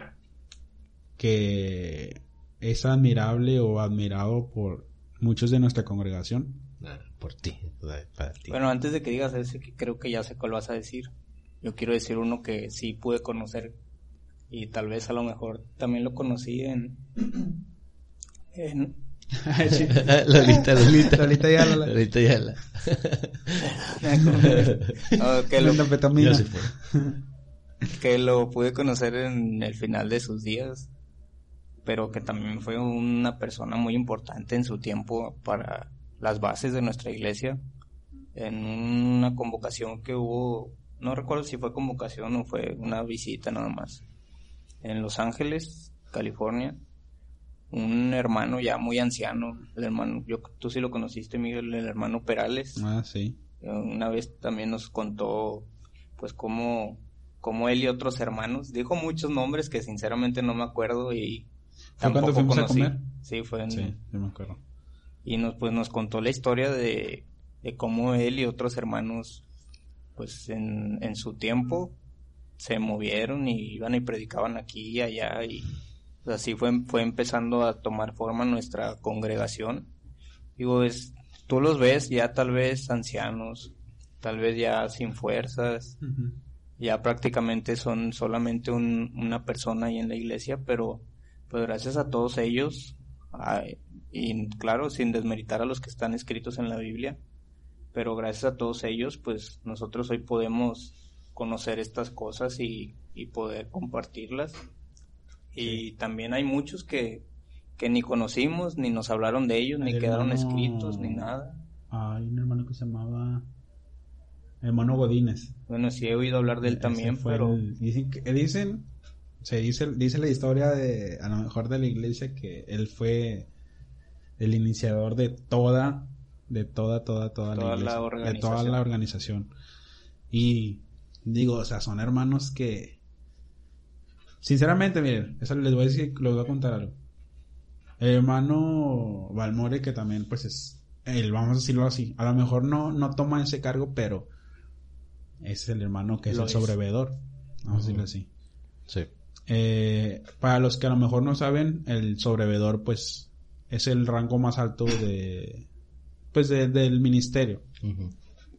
que es admirable o admirado por muchos de nuestra congregación. Nah, por ti, o sea, para ti. Bueno, antes de que digas ese, que creo que ya sé cuál vas a decir. Yo quiero decir uno que sí pude conocer y tal vez a lo mejor también lo conocí en... en Sí. Lolita, Lolita. Lolita Ayala. Lolita Ayala. no, que, lo, Metanfetamina. Ya se fue. que lo pude conocer en el final de sus días, pero que también fue una persona muy importante en su tiempo para las bases de nuestra iglesia. En una convocación que hubo, no recuerdo si fue convocación o fue una visita nada más, en Los Ángeles, California, un hermano ya muy anciano, el hermano, yo, tú sí lo conociste, Miguel, el hermano Perales. Ah, sí. Una vez también nos contó pues cómo, cómo él y otros hermanos, dijo muchos nombres que sinceramente no me acuerdo y ¿Fue cuando tampoco fuimos a conocí. comer? Sí, fue en, Sí, yo me acuerdo. y nos pues nos contó la historia de, de cómo él y otros hermanos pues en, en su tiempo se movieron y iban y predicaban aquí y allá y pues, así fue fue empezando a tomar forma nuestra congregación. Digo, es tú los ves ya tal vez ancianos, tal vez ya sin fuerzas, Uh-huh. ya prácticamente son solamente un, una persona ahí en la iglesia, pero pues gracias a todos ellos, ay, y claro, sin desmeritar a los que están escritos en la Biblia, pero gracias a todos ellos, pues nosotros hoy podemos conocer estas cosas y, y poder compartirlas. Y también hay muchos que, que ni conocimos, ni nos hablaron de ellos, ni El quedaron hermano- escritos, ni nada. Hay un hermano que se llamaba hermano Godínez. Bueno, sí he oído hablar de él Ese también, fue pero... el- dicen, que- dicen, se dice, dice la historia de, a lo mejor de la iglesia, que él fue el iniciador de toda, de toda, toda, toda, Toda la iglesia, la de toda organización. la organización. Y digo, o sea, son hermanos que, sinceramente, miren, eso les voy a decir, les voy a contar algo. El hermano Valmore, que también, pues es, él, vamos a decirlo así, a lo mejor no, no toma ese cargo, pero es el hermano que es Lo el es. sobreveedor, vamos a decirlo así. Sí. Eh, para los que a lo mejor no saben, el sobreveedor, pues, es el rango más alto de, pues, de- del ministerio. Ujú.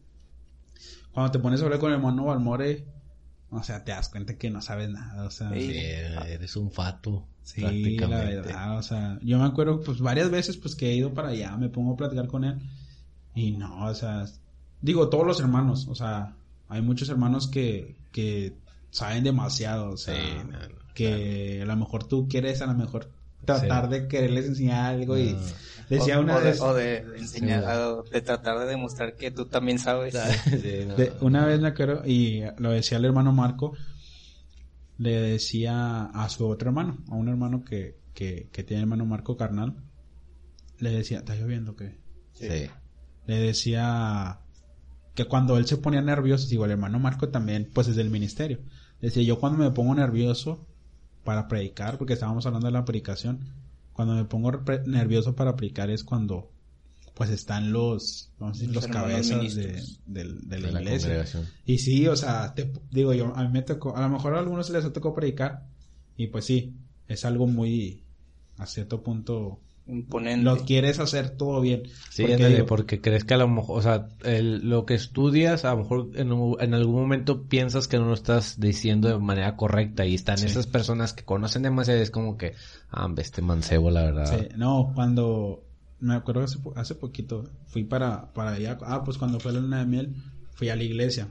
Cuando te pones a hablar con el hermano Valmore, o sea, te das cuenta que no sabes nada, o sea, Sí. Sí, eres un fato. sí, la prácticamente. verdad, o sea, yo me acuerdo, pues, varias veces, pues, que he ido para allá, me pongo a platicar con él, y no, o sea, digo, todos los hermanos, o sea, hay muchos hermanos que, que saben demasiado, o sea, Sí, no, no, que a lo mejor tú quieres a lo mejor tratar Sí. de quererles enseñar algo y No. decía o, una o de, vez, o de enseñar, Sí. o de tratar de demostrar que tú también sabes. Sí, no. de- una vez me acuerdo, y lo decía el hermano Marco, le decía a su otro hermano, a un hermano que, que, que tiene hermano Marco carnal, le decía, ¿está lloviendo qué? Sí. Le decía que cuando él se ponía nervioso, digo, el hermano Marco también, pues es del ministerio. Decía, yo cuando me pongo nervioso para predicar, porque estábamos hablando de la predicación, cuando me pongo re- nervioso para predicar es cuando pues están los, vamos a decir, los, los cabezas de, de, de la de iglesia. La y sí, o sea, te, digo yo, a mí me tocó, a lo mejor a algunos les tocó predicar, y pues sí, es algo muy, a cierto punto, imponente. Lo quieres hacer todo bien. Sí, porque, ándale, porque crees que a lo mejor, o sea, el, lo que estudias, a lo mejor en, en algún momento piensas que no lo estás diciendo de manera correcta, y están sí. esas personas que conocen demasiado, es como que, ah, este mancebo, la verdad. Sí, no, cuando, me acuerdo que hace, hace poquito, fui para, para allá, ah, pues cuando fue la luna de miel, fui a la iglesia,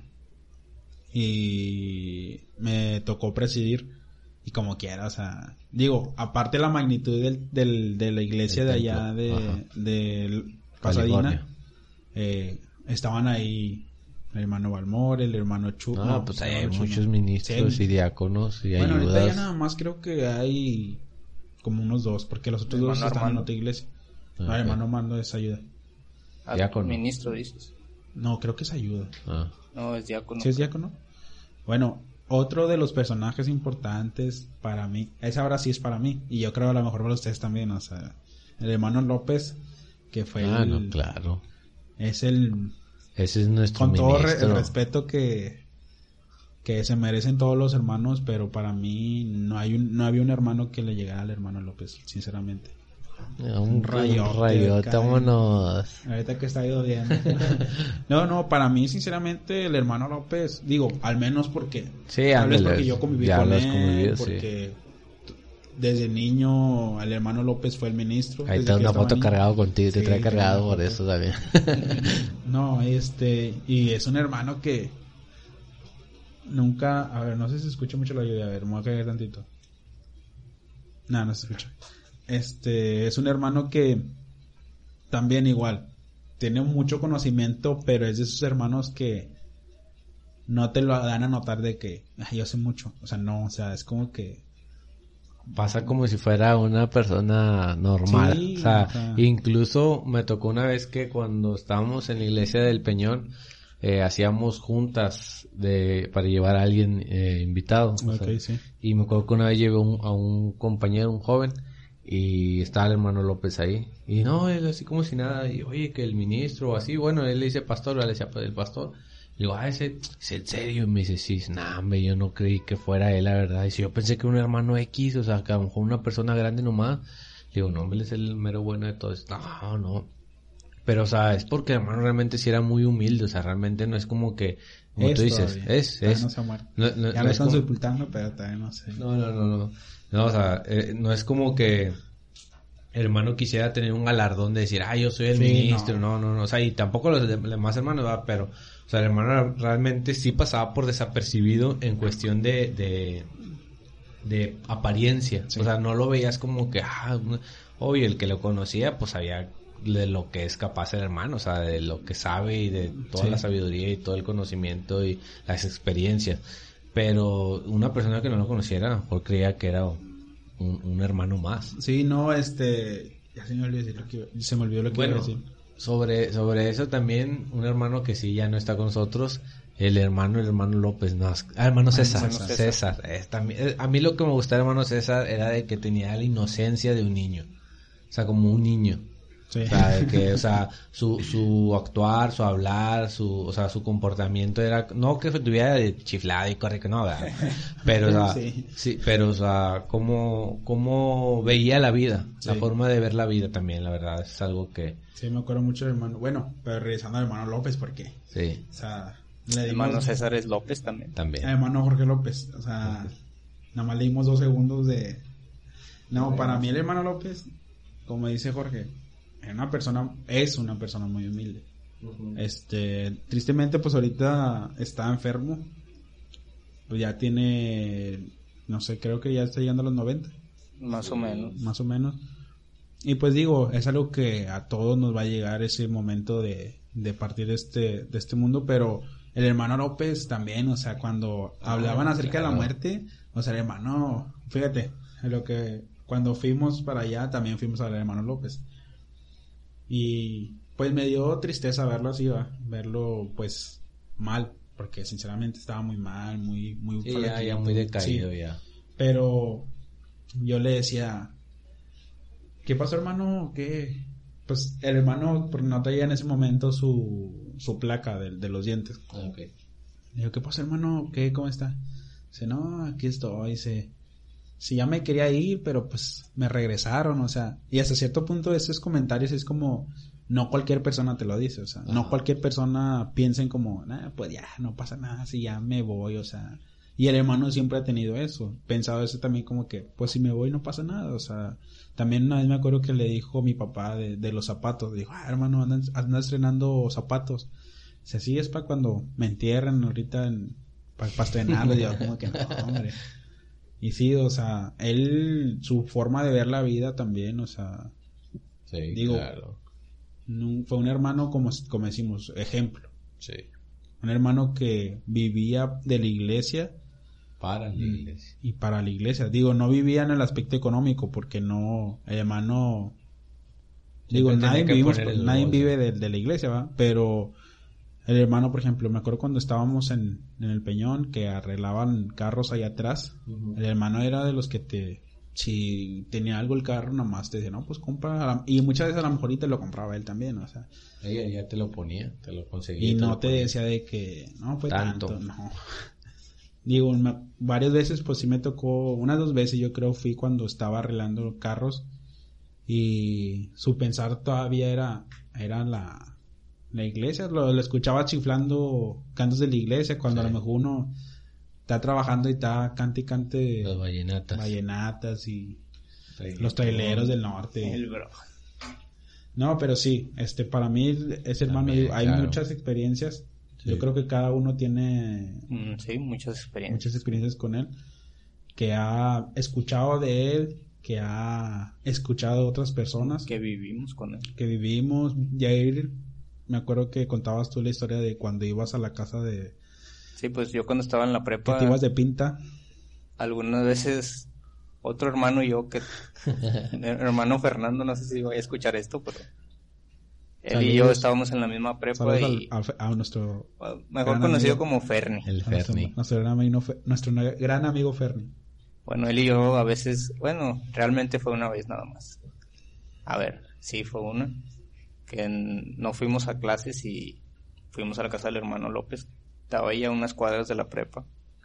y me tocó presidir, y como quiera, o sea, digo, aparte la magnitud del, del, de la iglesia el de templo. allá de, de Pasadena, eh, estaban ahí el hermano Balmor, el hermano Chu. Ah, no, pues hay hay muchos ministros sí. y diáconos y bueno, ayudas. Bueno, ahorita ya nada más creo que hay como unos dos, porque los otros dos están Armando. en otra iglesia. Ah, no, el hermano Armando es ayuda. Diácono. Ministro dices. No, creo que es ayuda. Ah. No, es diácono. ¿Sí es diácono? Bueno, otro de los personajes importantes para mí, esa ahora sí es para mí, y yo creo a lo mejor para ustedes también, o sea, el hermano López, que fue ah, el... no, claro. Es el... Ese es nuestro Con todo ministro. re, el respeto que que se merecen todos los hermanos, pero para mí no hay un, no había un hermano que le llegara al hermano López, sinceramente. Un rayote, rayote, vámonos. Ahorita que está ido bien. No, no, para mí sinceramente el hermano López, digo, al menos porque sí, tal vez porque yo conviví con él, convivido, porque sí. Desde niño el hermano López fue el ministro. Ahí está una foto niño. cargado contigo, te sí, trae cargado por eso también. No, este, y es un hermano que nunca, a ver, no sé si se escucha mucho la lluvia, a ver, me voy a caer tantito. No, no se escucha. Este, es un hermano que también igual tiene mucho conocimiento, pero es de esos hermanos que no te lo dan a notar de que ay, yo sé mucho, o sea, no, o sea, es como que pasa como si fuera una persona normal, sí, o, sea, o sea, incluso me tocó una vez que cuando estábamos en la iglesia del Peñón eh, hacíamos juntas de para llevar a alguien eh, invitado, okay, o sea, sí. Y me acuerdo que una vez llevé un, a un compañero, un joven, y estaba el hermano López ahí, y no, él así como si nada, y oye, que el ministro o así, bueno, él le dice pastor, le decía pues el pastor, y digo, ah, ese, es en serio, y me dice, sí, nah, hombre, yo no creí que fuera él, la verdad, y si yo pensé que era un hermano X, o sea, que a lo mejor una persona grande nomás, le digo, no, hombre, él es el mero bueno de todo esto, no, no, pero, o sea, es porque el hermano realmente sí era muy humilde, o sea, realmente no es como que, como es tú dices, todavía. es, es, no se ha muerto. No, no, ya no lo están como... sepultando, pero todavía no sé. No, no, no, no, no, o sea, eh, no es como que el hermano quisiera tener un galardón de decir, ah, yo soy el sí, ministro, no. no, no, no, o sea, y tampoco los demás hermanos, ¿verdad? Pero, o sea, el hermano realmente sí pasaba por desapercibido en cuestión de, de, de apariencia, sí. O sea, no lo veías como que, ah, oye, el que lo conocía, pues sabía de lo que es capaz el hermano, o sea, de lo que sabe y de toda sí. la sabiduría y todo el conocimiento y las experiencias, pero una persona que no lo conociera, a lo mejor creía que era Un, un hermano más. Sí, no, este... Ya se me olvidó lo que, se me olvidó lo que bueno, iba a decir. Sobre, sobre eso también, un hermano que sí ya no está con nosotros, el hermano, el hermano López, no, ah, hermano César, hermano César. César. César es, también, a mí lo que me gustaba hermano César era de que tenía la inocencia de un niño. O sea, como un niño. Sí. O sea, de que, o sea, su, su actuar, su hablar, su, o sea, su comportamiento era, no que estuviera de chiflado y corre que no, ¿verdad? Pero, o sea, sí. sí, pero, o sea, cómo, cómo veía la vida, sí. La forma de ver la vida también, la verdad, es algo que... Sí, me acuerdo mucho del hermano, bueno, pero regresando al hermano López, ¿por qué? Sí. O sea, le dimos... hermano César es López también. También. El hermano Jorge López, o sea, López. Nada más le dimos dos segundos de... No, sí, para mí el hermano López, como dice Jorge... una persona, es una persona muy humilde. Uh-huh. Este, tristemente pues ahorita está enfermo. Pues ya tiene, no sé, creo que ya está llegando a los noventa. Más o menos. Más o menos. Y pues digo, es algo que a todos nos va a llegar ese momento de, de partir de este, de este mundo, pero el hermano López también, o sea, cuando hablaban acerca claro. de la muerte, o sea, el hermano, fíjate, lo que, cuando fuimos para allá también fuimos al hermano López. Y pues me dio tristeza verlo así, va, verlo pues mal, porque sinceramente estaba muy mal, muy muy sí, ya, ya muy decaído, sí. Ya. Pero yo le decía, ¿qué pasó, hermano? ¿Qué? Pues el hermano no traía en ese momento su, su placa de, de los dientes. Ah, okay. Le digo, ¿qué pasa, hermano? ¿Qué? ¿Cómo está? Dice, no, aquí estoy. Dice, sí, ya me quería ir, pero pues me regresaron, o sea. Y hasta cierto punto esos comentarios es como, no cualquier persona te lo dice, o sea. Ajá. No cualquier persona piensa en como, nah, pues ya, no pasa nada, si ya me voy, o sea. Y el hermano siempre ha tenido eso, pensado eso también como que, pues si me voy no pasa nada, o sea. También una vez me acuerdo que le dijo mi papá de, de los zapatos, dijo, ah, hermano, andan, andan estrenando zapatos. Dice, así es para cuando me entierren ahorita para pa estrenarlo. Y yo como que no, hombre. Y sí, o sea, él, su forma de ver la vida también, o sea. Sí, digo, claro. No, fue un hermano como, como decimos, ejemplo. Sí. Un hermano que vivía de la iglesia. Para la iglesia. Y para la iglesia. Digo, no vivía en el aspecto económico porque no, el hermano... Digo, nadie, vivimos, nadie vive de, de la iglesia, ¿va? Pero el hermano, por ejemplo, me acuerdo cuando estábamos en, en el Peñón que arreglaban carros allá atrás. Uh-huh. El hermano era de los que te... Si tenía algo el carro, nomás te decía, no, pues compra. Y muchas veces a lo mejor y te lo compraba él también, o sea. Ella ya te lo ponía, te lo conseguía. Y te no te ponía. decía de que, no, fue tanto, tanto no. Digo, me, varias veces pues sí me tocó, unas dos veces yo creo fui cuando estaba arreglando carros y su pensar todavía era era la, la iglesia, lo, lo escuchaba chiflando cantos de la iglesia cuando sí. A lo mejor uno está trabajando y está cante y cante las vallenatas, vallenatas y Trailer. Los traileros del norte. El bro. No, pero sí, este para mí ese hermano, También, hay claro. muchas experiencias. Sí. Yo creo que cada uno tiene mm, sí, muchas experiencias. Muchas experiencias con él, que ha escuchado de él, que ha escuchado de otras personas. Que vivimos con él. Que vivimos. Yair, me acuerdo que contabas tú la historia de cuando ibas a la casa de... Sí, pues yo cuando estaba en la prepa... Que te ibas de pinta. Algunas veces otro hermano y yo, que hermano Fernando, no sé si voy a escuchar esto, pero... Él Saludos. Y yo estábamos en la misma prepa y... Al, al, a nuestro... Mejor conocido amigo, como Ferni. El Ferni. Nuestro, nuestro, gran amigo, nuestro gran amigo Ferni. Bueno, él y yo a veces... Bueno, realmente fue una vez nada más. A ver, sí fue una. Que en, no fuimos a clases y fuimos a la casa del hermano López. Estaba ahí a unas cuadras de la prepa.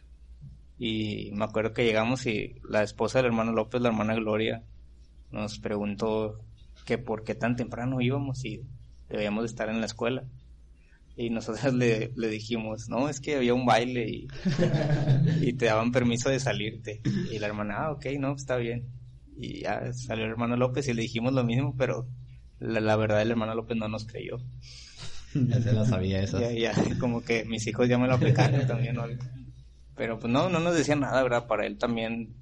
Y me acuerdo que llegamos y la esposa del hermano López, la hermana Gloria, nos preguntó que por qué tan temprano íbamos y... debíamos de estar en la escuela. Y nosotros le, le dijimos, no, es que había un baile y, y te daban permiso de salirte. Y la hermana, ah, ok, no, está bien. Y ya salió el hermano López y le dijimos lo mismo, pero la, la verdad el hermano López no nos creyó. Ya se la sabía esa. Ya, ya, como que mis hijos ya me lo aplicaron también, ¿no? Pero pues no, no nos decía nada, ¿verdad? Para él también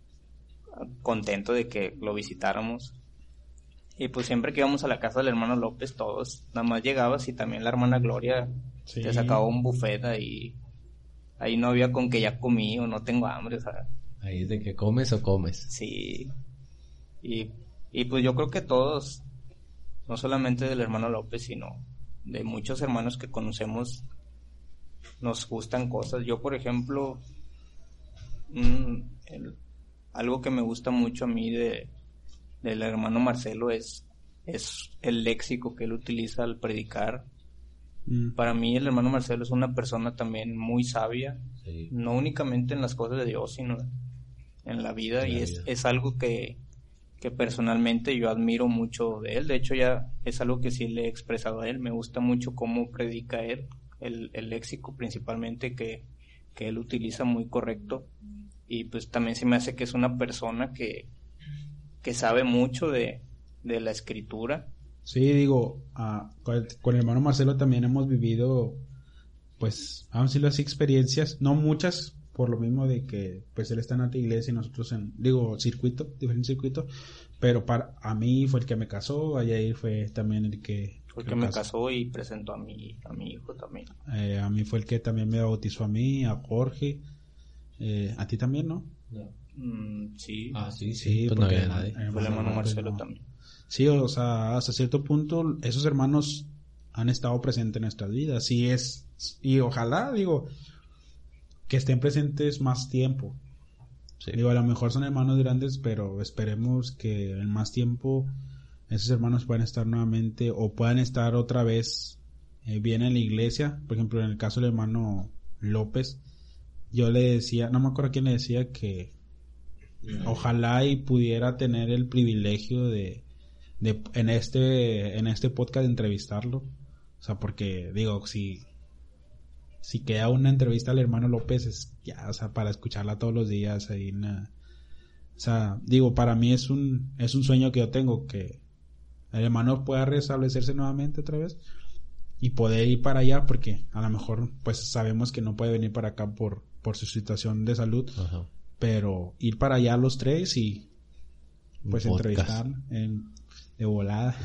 contento de que lo visitáramos. Y pues siempre que íbamos a la casa del hermano López, todos, nada más llegabas y también la hermana Gloria sí. Te sacaba un buffet ahí. Ahí no había con que ya comí o no tengo hambre, o sea. Ahí es de que comes o comes. Sí. Y, y pues yo creo que todos, no solamente del hermano López, sino de muchos hermanos que conocemos, nos gustan cosas. Yo, por ejemplo, mmm, el, algo que me gusta mucho a mí de... del hermano Marcelo es, es el léxico que él utiliza al predicar. Mm. Para mí el hermano Marcelo es una persona también muy sabia, sí. No únicamente en las cosas de Dios, sino en la vida, en y la es, vida. es algo que, que personalmente yo admiro mucho de él. De hecho ya es algo que sí le he expresado a él. Me gusta mucho cómo predica él, el, el léxico principalmente que, que él utiliza muy correcto, y pues también se me hace que es una persona que que sabe mucho de, de la escritura. Sí, digo, uh, con, con el hermano Marcelo también hemos vivido, pues, vamos a decirlo así, experiencias, no muchas, por lo mismo de que, pues, él está en otra iglesia y nosotros en, digo, circuito, diferente circuito, pero para a mí fue el que me casó, a Yair fue también el que... Fue el que me casó. casó y presentó a mi, a mi hijo también. Eh, a mí fue el que también me bautizó a mí, a Jorge, eh, a ti también, ¿no? No. Mm, sí. Ah, sí, sí. Sí, Pues no porque había nadie. el Fue el hermano Marcelo Marcelo no. también. Sí, o sea, hasta cierto punto esos hermanos han estado presentes en nuestras vidas. Sí es, y ojalá, digo, que estén presentes más tiempo. Sí. Digo, a lo mejor son hermanos grandes, pero esperemos que en más tiempo esos hermanos puedan estar nuevamente o puedan estar otra vez eh, bien en la iglesia. Por ejemplo, en el caso del hermano López, yo le decía, no me acuerdo quién le decía que ojalá y pudiera tener el privilegio de, de en este en este podcast entrevistarlo. O sea, porque digo, si si queda una entrevista al hermano López es ya, o sea, para escucharla todos los días ahí una, o sea, digo, para mí es un es un sueño que yo tengo, que el hermano pueda restablecerse nuevamente otra vez y poder ir para allá, porque a lo mejor pues sabemos que no puede venir para acá por por su situación de salud. Ajá. Pero ir para allá los tres y pues entrevistar en, de volada.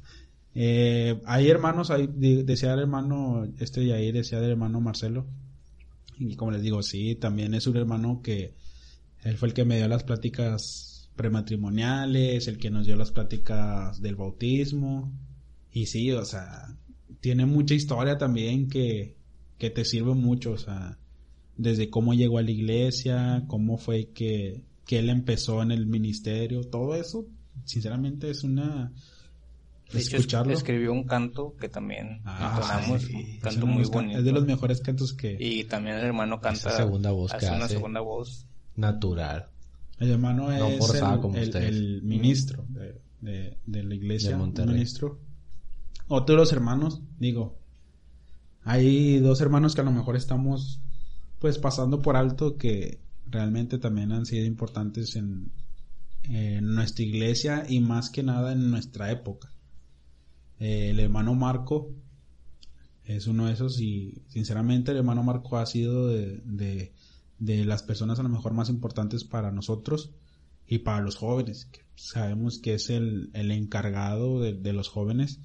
Eh, hay hermanos, hay, de, decía el hermano, este de ahí decía del hermano Marcelo. Y como les digo, sí, también es un hermano que él fue el que me dio las pláticas prematrimoniales, el que nos dio las pláticas del bautismo. Y sí, o sea, tiene mucha historia también que, que te sirve mucho, o sea, desde cómo llegó a la iglesia, cómo fue que, que él empezó en el ministerio, todo eso, sinceramente es una... De hecho, escucharlo. Escribió un canto que también ah, entonamos, sí, un canto muy bonito. Es de los mejores cantos que... Y también el hermano canta... Esa segunda voz hace que una hace segunda voz. Natural. El hermano no es forzada el, como el, el ministro de, de, de la iglesia, de Monterrey. Ministro. Otro de los hermanos, digo, hay dos hermanos que a lo mejor estamos pues pasando por alto, que realmente también han sido importantes en, en nuestra iglesia y más que nada en nuestra época. Eh, el hermano Marco es uno de esos, y sinceramente el hermano Marco ha sido de, de, de las personas a lo mejor más importantes para nosotros y para los jóvenes, que sabemos que es el, el encargado de, de los jóvenes.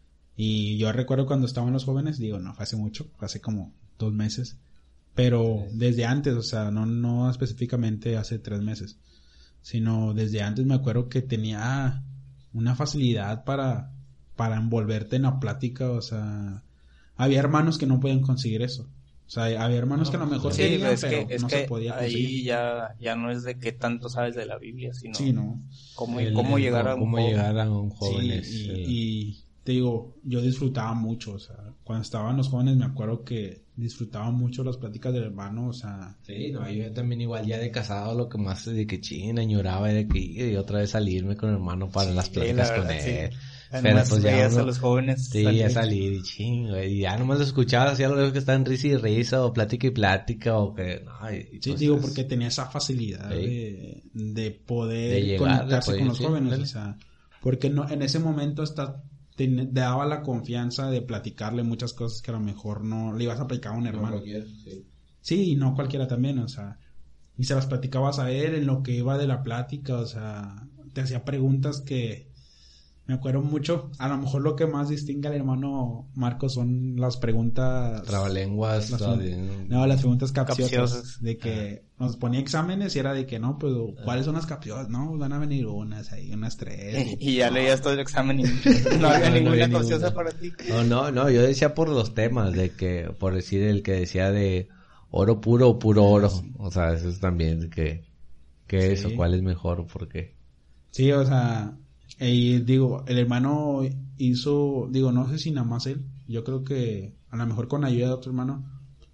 Y yo recuerdo cuando estaban los jóvenes, digo, no fue hace mucho, fue hace como dos meses, pero desde antes, o sea, no, no específicamente hace tres meses, sino desde antes me acuerdo que tenía una facilidad para, para envolverte en la plática, o sea, había hermanos que no podían conseguir eso. O sea, había hermanos no, que a lo mejor sí, querían, es pero que, es no que se podía conseguir. Ahí ya, ya no es de que tanto sabes de la Biblia, sino sí, ¿no? cómo, el, cómo el, llegar no, a un cómo joven. llegar a un joven. Sí, y, el... y te digo, yo disfrutaba mucho, o sea, cuando estaban los jóvenes me acuerdo que disfrutaba mucho las pláticas del hermano, o sea... Sí, no, yo también igual ya de casado lo que más de que ching, añoraba de que y otra vez salirme con el hermano para sí, las pláticas verdad, con él. Sí. Pero pues ya uno, a los jóvenes sí, salir. a salir y ching, güey, y ya nomás lo escuchaba, hacía lo que estaba en risa y risa o plática y plática o que... No, y, sí, pues, digo, porque tenía esa facilidad sí. de, de poder de llegar, conectarse de con los sí, jóvenes, dale. O sea, porque no en ese momento hasta te daba la confianza de platicarle muchas cosas que a lo mejor no le ibas a platicar a un hermano. No sí. sí, y no cualquiera también, o sea, y se las platicabas a él en lo que iba de la plática, o sea, te hacía preguntas que me acuerdo mucho. A lo mejor lo que más distingue al hermano Marcos son las preguntas... Trabalenguas. Las, de... No, las preguntas capciosas. capciosas. De que ah. nos ponía exámenes y era de que no, pues, ¿cuáles son las capciosas? No, van a venir unas ahí, unas tres. Y ya leías todo el examen y no había no, ninguna no capciosa ninguna. Para ti. No, no, no, yo decía por los temas, de que, por decir el que decía de oro puro o puro oro. Sí. O sea, eso es también que, que sí. Eso, ¿cuál es mejor? ¿Por qué? Sí, o sea... Y digo, el hermano hizo, digo, no sé si nada más él, yo creo que a lo mejor con ayuda de otro hermano,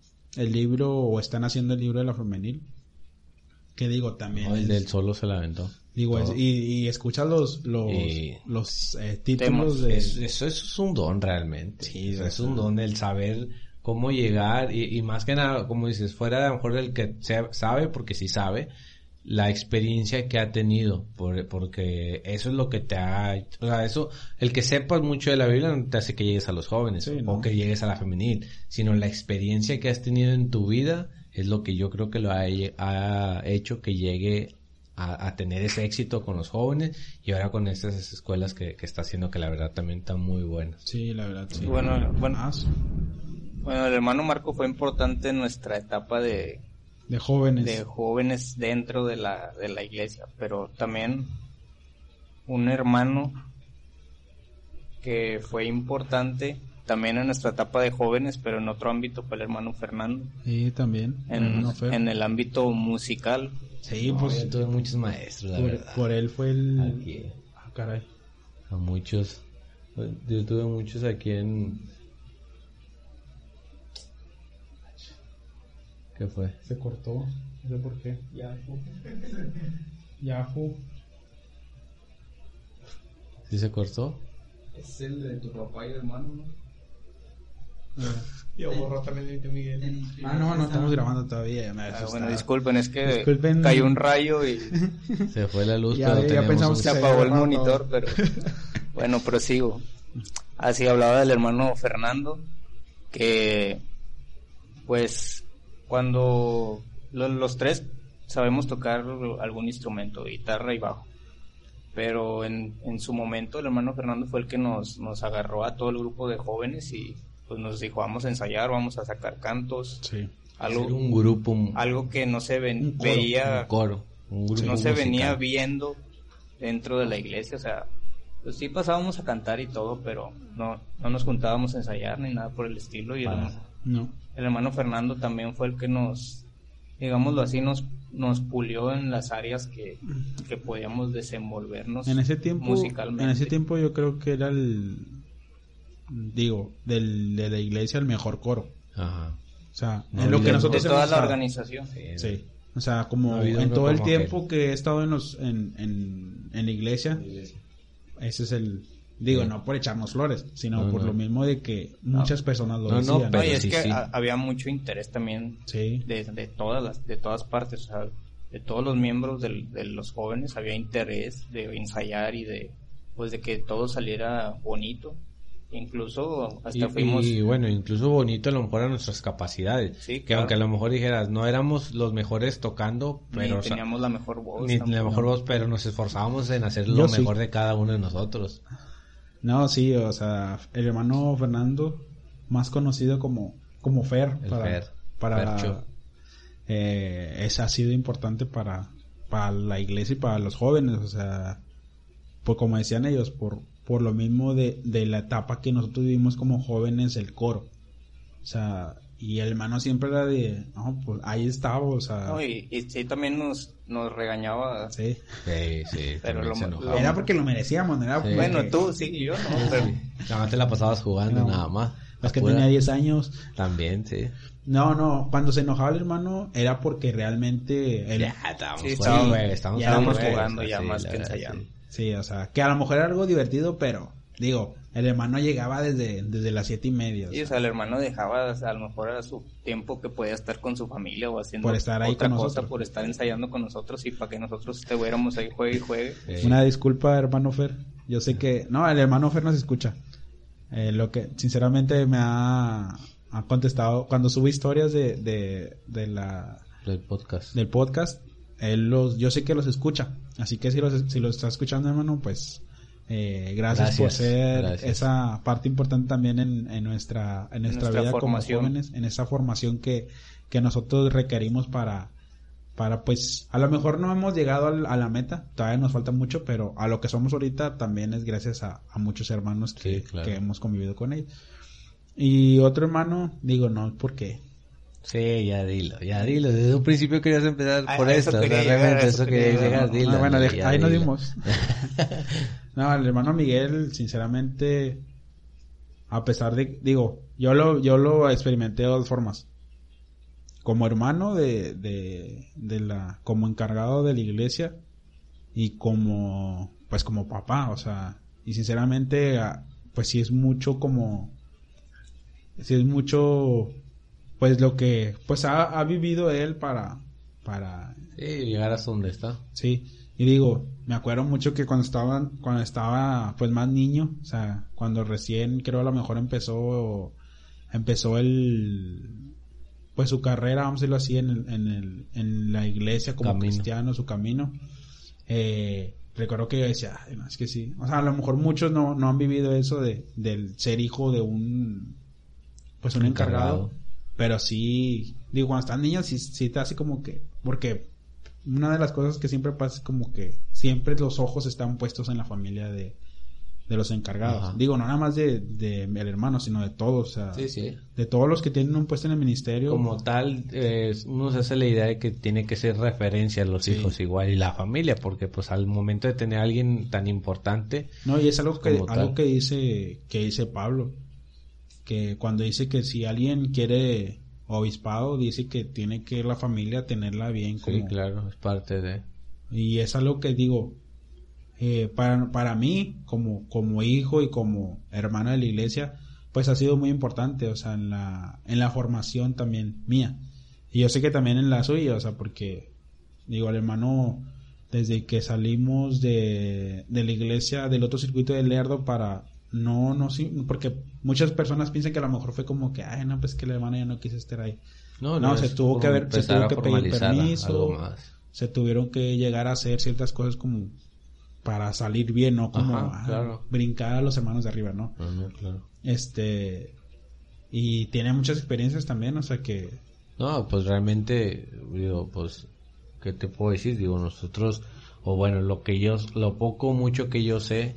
el libro, o están haciendo el libro de la femenil, que digo, también... No, el es, del solo se la aventó. Digo, es, y, y escuchas los los, y los eh, títulos de... Eso, eso, eso es un don realmente, sí, eso es un don el saber cómo llegar, y, y más que nada, como dices, fuera a lo mejor del que sabe, porque sí sabe, la experiencia que ha tenido, por, porque eso es lo que te ha, o sea, eso, el que sepas mucho de la Biblia no te hace que llegues a los jóvenes, sí, ¿no? O que llegues a la femenil, sino la experiencia que has tenido en tu vida es lo que yo creo que lo ha, ha hecho que llegue a, a tener ese éxito con los jóvenes y ahora con estas escuelas que, que está haciendo, que la verdad también están muy buenas. Sí, la verdad, sí. Bueno, bueno, bueno, el hermano Marco fue importante en nuestra etapa de de jóvenes. de jóvenes dentro de la, de la iglesia, pero también un hermano que fue importante también en nuestra etapa de jóvenes, pero en otro ámbito, fue el hermano Fernando. Sí, también. En, en el ámbito musical. Sí, no, pues. yo tuve muchos maestros, la por, verdad. por él fue el. Aquí. Ah, caray. A muchos. Yo tuve muchos aquí en. ¿Qué fue? Se cortó. No sé por qué. Yahoo. Yahoo. ¿Sí se cortó? Es el de tu papá y hermano, ¿no? Yo borró también el de Miguel. Ah, no, no estamos grabando todavía. Me Ah, bueno, disculpen, es que Disculpen. cayó un rayo y Se fue la luz, Ya, pero ya teníamos pensamos un- se se apagó el había monitor, borrado. pero bueno, prosigo. Así hablaba del hermano Fernando, que pues cuando lo- los tres sabemos tocar algún instrumento, guitarra y bajo, pero en, en su momento el hermano Fernando fue el que nos, nos agarró a todo el grupo de jóvenes y pues nos dijo, vamos a ensayar, vamos a sacar cantos, Sí. algo, Hacer un grupo, un, algo que no se ven, Un coro, veía, un coro, un grupo no se musical. venía viendo dentro de la iglesia, o sea, pues sí pasábamos a cantar y todo, pero no, no nos juntábamos a ensayar ni nada por el estilo, y el, Para. No. el hermano Fernando también fue el que nos, digámoslo así, nos, nos pulió en las áreas que, que podíamos desenvolvernos En ese tiempo, musicalmente. en ese tiempo yo creo que era el, digo, del, de la iglesia el mejor coro. Ajá. O sea, No, en lo y que de- nosotros de toda hemos la estado. organización. Sí. O sea, como No ha habido en uno todo el como tiempo aquel. que he estado en los en, en, en la iglesia, ese es el, digo, Sí. no por echarnos flores, sino No, por no. lo mismo de que muchas personas lo No, no, decían. No, pero y es sí, que sí. ha- había mucho interés también Sí. de, de todas las, de todas partes, o sea, de todos los miembros del- de los jóvenes había interés de ensayar y de, pues de que todo saliera bonito. Incluso hasta Y, fuimos, y, bueno, incluso bonito a lo mejor a nuestras capacidades. Sí, que claro. aunque a lo mejor dijeras, no éramos los mejores tocando, ni pero o sea, teníamos la mejor voz. ni tampoco. la mejor voz, pero nos esforzábamos en hacer Yo lo sí. mejor de cada uno de nosotros. No, sí, o sea, el hermano Fernando, más conocido como, como Fer, El para, Fer, para Fercho. eh, ese ha sido importante para, para la iglesia y para los jóvenes, o sea, pues como decían ellos, por, por lo mismo de, de la etapa que nosotros vivimos como jóvenes, el coro, o sea, y el hermano siempre era de, no, pues ahí estaba, o sea, No, y, y sí también nos, nos regañaba. sí, Sí, sí, Pero también lo- se enojaba. era porque lo merecíamos, no era Sí. Bueno, porque- tú sí, yo no, pero Nada más te la pasabas jugando, No. nada más. es que Pura- tenía diez años. También, sí. No, no, cuando se enojaba el hermano era porque realmente él, Ya, estábamos Sí, jugando, sí, güey, estábamos ya estábamos jugando, jugando güey, ya sí, más la que verdad, ensayando. sí. sí, o sea, que a lo mejor era algo divertido, pero digo, el hermano llegaba desde, desde las siete y media. o Sí, sea, o sea, el hermano dejaba, o sea, a lo mejor era su tiempo que podía estar con su familia o haciendo Por estar ahí otra con cosa, nosotros. por estar ensayando con nosotros y para que nosotros estuviéramos ahí juegue y juegue. Sí. Una disculpa, hermano Fer. Yo sé que, no, el hermano Fer nos escucha. Eh, lo que, sinceramente, me ha, ha contestado cuando sube historias de, de, de la, Del podcast. del podcast. Él los, yo sé que los escucha. Así que si los, si los está escuchando, hermano, pues, eh, gracias, por Gracias, ser gracias. esa parte importante también en, en nuestra, en nuestra, nuestra vida formación. como jóvenes, en esa formación que, que nosotros requerimos para, para pues, a lo mejor no hemos llegado al- a la meta, todavía nos falta mucho, pero a lo que somos ahorita también es gracias a, a muchos hermanos que, Sí, claro. que hemos convivido con ellos. Y otro hermano, digo, no, porque Sí, ya dilo, ya dilo. Desde un principio querías empezar A- por a esto. eso o sea, quería llegar, realmente a eso eso quería quería llegar, llegar. dilo. Ah, bueno, dilo, de- ya ahí nos dilo. dimos. No, el hermano Miguel, sinceramente, a pesar de, digo, yo lo, yo lo experimenté de dos formas. Como hermano de, de, de la, como encargado de la iglesia y como, pues como papá, o sea, y sinceramente, ah, pues sí es mucho como, sí es mucho, pues lo que, pues ha, ha vivido él para, para Sí, llegar hasta donde está. Sí, y digo, me acuerdo mucho que cuando estaba, cuando estaba pues más niño, o sea, cuando recién creo a lo mejor empezó, empezó el, pues su carrera, vamos a decirlo así, en el, en el, en la iglesia como Camino. cristiano, su camino, eh, recuerdo que yo decía, "Ay, no, es que sí", o sea, a lo mejor muchos no, no han vivido eso de, del ser hijo de un, pues un encargado. Encargado. pero sí, digo, cuando estás niño sí, sí te hace como que, porque una de las cosas que siempre pasa es como que siempre los ojos están puestos en la familia de, de los encargados. Ajá. Digo, no nada más de, de el hermano, sino de todos, o sea, sí, sí. de todos los que tienen un puesto en el ministerio. Como tal, eh, uno se hace la idea de que tiene que ser referencia a los sí. hijos igual y la familia, porque pues al momento de tener a alguien tan importante. No, y es algo que algo que dice que dice Pablo, que cuando dice que si alguien quiere obispado, dice que tiene que la familia tenerla bien. Como, sí, claro, es parte de. Y es algo que digo. Eh, para, para mí, como, como hijo y como hermano de la iglesia, pues ha sido muy importante, o sea, en la, en la formación también mía. Y yo sé que también en la suya, o sea, porque, digo, el hermano, desde que salimos de, de la iglesia, del otro circuito de Lerdo para, no, no, sí, porque muchas personas piensan que a lo mejor fue como que, ay, no, pues que el hermano ya no quiso estar ahí. No, no, no se tuvo que haber, se tuvo que pedir permiso, se tuvieron que llegar a hacer ciertas cosas como para salir bien, no como Ajá, ah, claro. brincar a los hermanos de arriba, ¿no? Ajá, claro. Este, y tiene muchas experiencias también, o sea que... No, pues realmente, digo, pues, ¿qué te puedo decir? Digo, nosotros, o bueno, lo que yo, lo poco mucho que yo sé,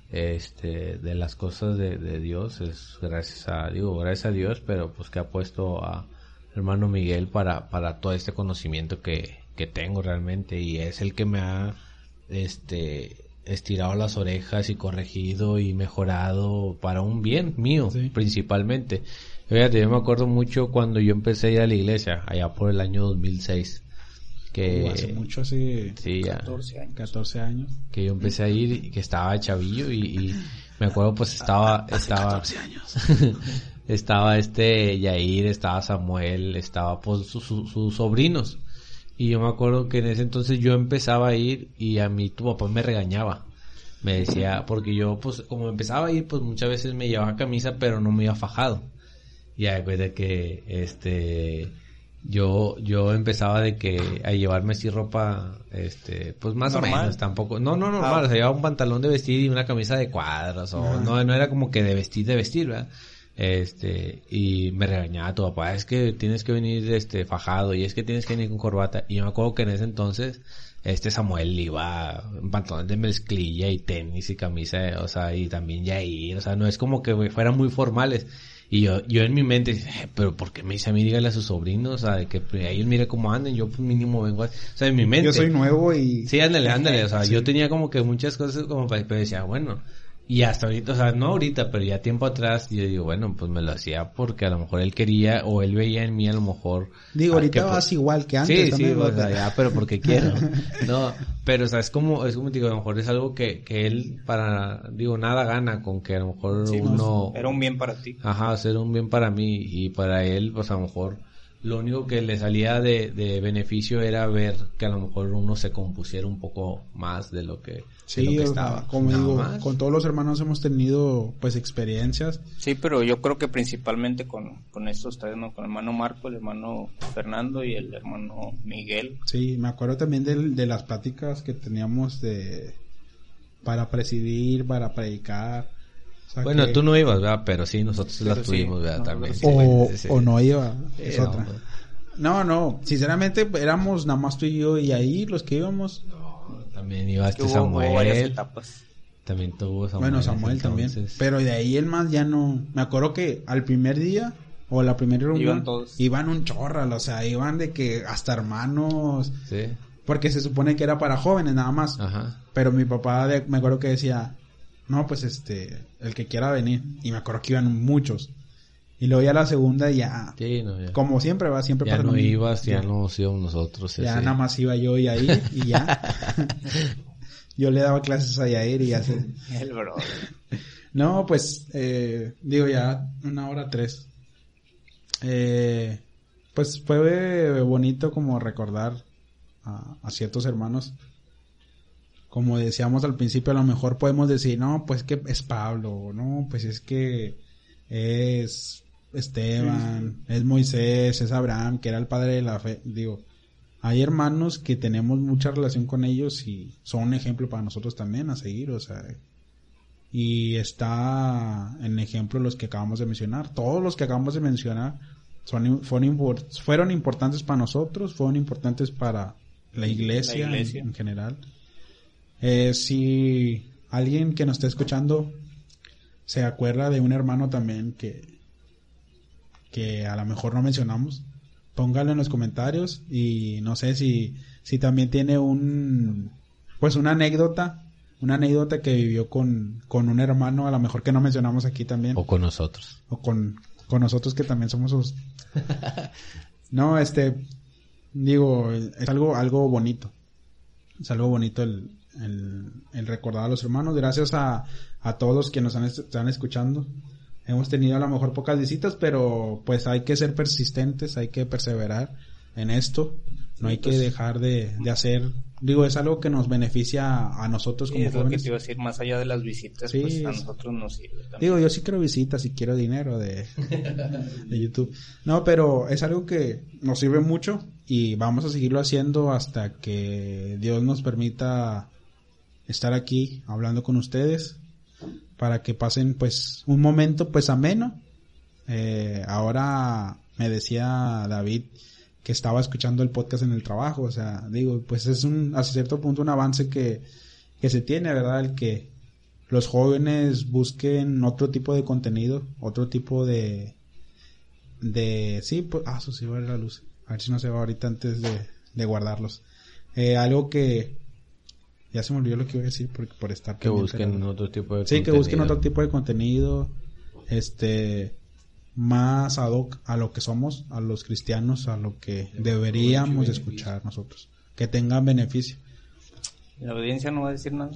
este, de las cosas de, de Dios, es gracias a, digo, gracias a Dios, pero pues que ha puesto a hermano Miguel para, para todo este conocimiento que, que tengo realmente, y es el que me ha... este estirado las orejas y corregido y mejorado para un bien mío, sí. principalmente. Fíjate, yo me acuerdo mucho cuando yo empecé a ir a la iglesia, allá por el año dos mil seis, que uh, hace mucho, hace sí, catorce años. catorce años, que yo empecé a ir y que estaba chavillo y, y me acuerdo pues estaba estaba catorce años. estaba este Yair, estaba Samuel, estaba pues sus su, su sobrinos. Y yo me acuerdo que en ese entonces yo empezaba a ir y a mí tu papá me regañaba. Me decía, porque yo pues como empezaba a ir pues muchas veces me llevaba camisa pero no me iba fajado. Y después de que este yo yo empezaba de que a llevarme así ropa este pues más normal. O menos tampoco. No, no normal, ah. o sea, llevaba un pantalón de vestir y una camisa de cuadros o ah. no no era como que de vestir de vestir, ¿verdad? Este, y me regañaba tu papá, es que tienes que venir este fajado y es que tienes que venir con corbata. Y yo me acuerdo que en ese entonces este Samuel iba en pantalones de mezclilla y tenis y camisa, o sea, y también Yair, o sea, no es como que fueran muy formales. Y yo, yo en mi mente, eh, pero ¿por qué me dice a mí, dígale a sus sobrinos, o sea, de que pues, ellos mire cómo anden, yo pues mínimo vengo a... O sea, en mi mente... Yo soy nuevo y... Sí, ándale, ándale, o sea, sí. Yo tenía como que muchas cosas como para... Pero decía, bueno... Y hasta ahorita, o sea, no ahorita, pero ya tiempo atrás, yo digo, bueno, pues me lo hacía porque a lo mejor él quería, o él veía en mí a lo mejor... Digo, ahorita vas por... igual que antes. Sí, también, sí, o sea, ya, pero porque quiero. No, pero, o sea, es como, es como digo, a lo mejor es algo que, que él para, digo, nada gana con que a lo mejor sí, uno... No, era un bien para ti. Ajá, ser un bien para mí y para él, pues a lo mejor... Lo único que le salía de, de beneficio era ver que a lo mejor uno se compusiera un poco más de lo que, sí, de lo que o estaba. Sea, como digo, más. Con todos los hermanos hemos tenido pues experiencias. Sí, pero yo creo que principalmente con, con estos tres, ¿no? Con el hermano Marco, el hermano Fernando y el hermano Miguel. Sí, me acuerdo también de, de las pláticas que teníamos de para presidir, para predicar. O sea bueno, que... tú no ibas, ¿verdad? Pero sí, nosotros pero las tuvimos, sí, ¿verdad? También. Sí, o, sí, sí. o no iba, es no, otra. No, no, sinceramente éramos nada más tú y yo y ahí los que íbamos. No, también iba este hubo, Samuel. Hubo varias etapas. También tuvo Samuel. Bueno, Samuel también. Pero de ahí el más ya no. Me acuerdo que al primer día o la primera reunión iban todos. Iban un chorral, o sea, iban de que hasta hermanos. Sí. Porque se supone que era para jóvenes nada más. Ajá. Pero mi papá de, me acuerdo que decía, no, pues este, el que quiera venir. Y me acuerdo que iban muchos. Y luego ya la segunda ya, sí, no, ya. Como siempre va, siempre ya pasa no ibas, ya, ya no íbamos nosotros. Ya ese. nada más iba yo y ahí y ya. Yo le daba clases a Yair y ya se... El bro. No, pues, eh, digo ya una hora tres. Eh, pues fue bonito como recordar a, a ciertos hermanos. Como decíamos al principio, a lo mejor podemos decir, no, pues que es Pablo, no, pues es que es Esteban, es Moisés, es Abraham, que era el padre de la fe. Digo, hay hermanos que tenemos mucha relación con ellos y son un ejemplo para nosotros también a seguir, o sea, y está en ejemplo los que acabamos de mencionar. Todos los que acabamos de mencionar son, fueron, fueron importantes para nosotros, fueron importantes para la iglesia, la iglesia. En, en general. Eh, si alguien que nos esté escuchando se acuerda de un hermano también que, que a lo mejor no mencionamos, póngalo en los comentarios, y no sé si, si también tiene un, pues una anécdota, una anécdota que vivió con, con un hermano, a lo mejor que no mencionamos aquí también. O con nosotros. O con, con nosotros que también somos sus... No, este, digo, es algo, algo bonito. Es algo bonito el, el, el recordar a los hermanos. Gracias a, a todos los que nos han, están escuchando. Hemos tenido a lo mejor pocas visitas, pero pues hay que ser persistentes, hay que perseverar en esto. No hay que dejar de, de hacer, digo, es algo que nos beneficia a nosotros como sí, es jóvenes. Lo que te iba a decir, más allá de las visitas, Sí, pues a es- nosotros nos sirve también. Digo, yo sí quiero visitas y quiero dinero de, de YouTube. No, pero es algo que nos sirve mucho y vamos a seguirlo haciendo hasta que Dios nos permita estar aquí hablando con ustedes para que pasen pues un momento pues ameno. Eh, ahora me decía David que estaba escuchando el podcast en el trabajo, o sea, digo, pues es un, hasta cierto punto un avance que, que se tiene, ¿verdad? El que los jóvenes busquen otro tipo de contenido, otro tipo de, de, sí, pues, ah, eso sí va a ver la luz, a ver si no se va ahorita antes de, de guardarlos. Eh, algo que, ya se me olvidó lo que iba a decir por, por estar Que pendiente, busquen ¿verdad? otro tipo de Sí, contenido. que busquen otro tipo de contenido, este, más ad hoc a lo que somos, a los cristianos, a lo que deberíamos de escuchar nosotros, que tengan beneficio. La audiencia no va a decir nada.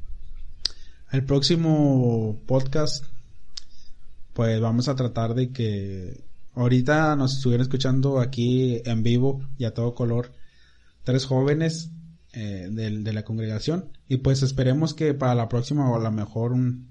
El próximo podcast, pues vamos a tratar de que ahorita nos estuvieran escuchando aquí en vivo y a todo color tres jóvenes eh, de, de la congregación, y pues esperemos que para la próxima o a lo mejor un,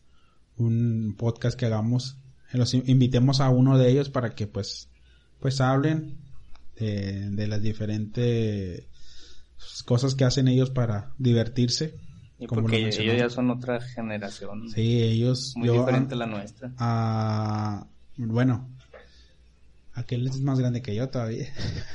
un podcast que hagamos, eh, los in- invitemos a uno de ellos para que pues pues hablen de, de las diferentes cosas que hacen ellos para divertirse. Y como porque lo ellos mencionamos. ya son otra generación. Sí, ellos... Muy yo, diferente a, a la nuestra. a- bueno, aquel es más grande que yo todavía.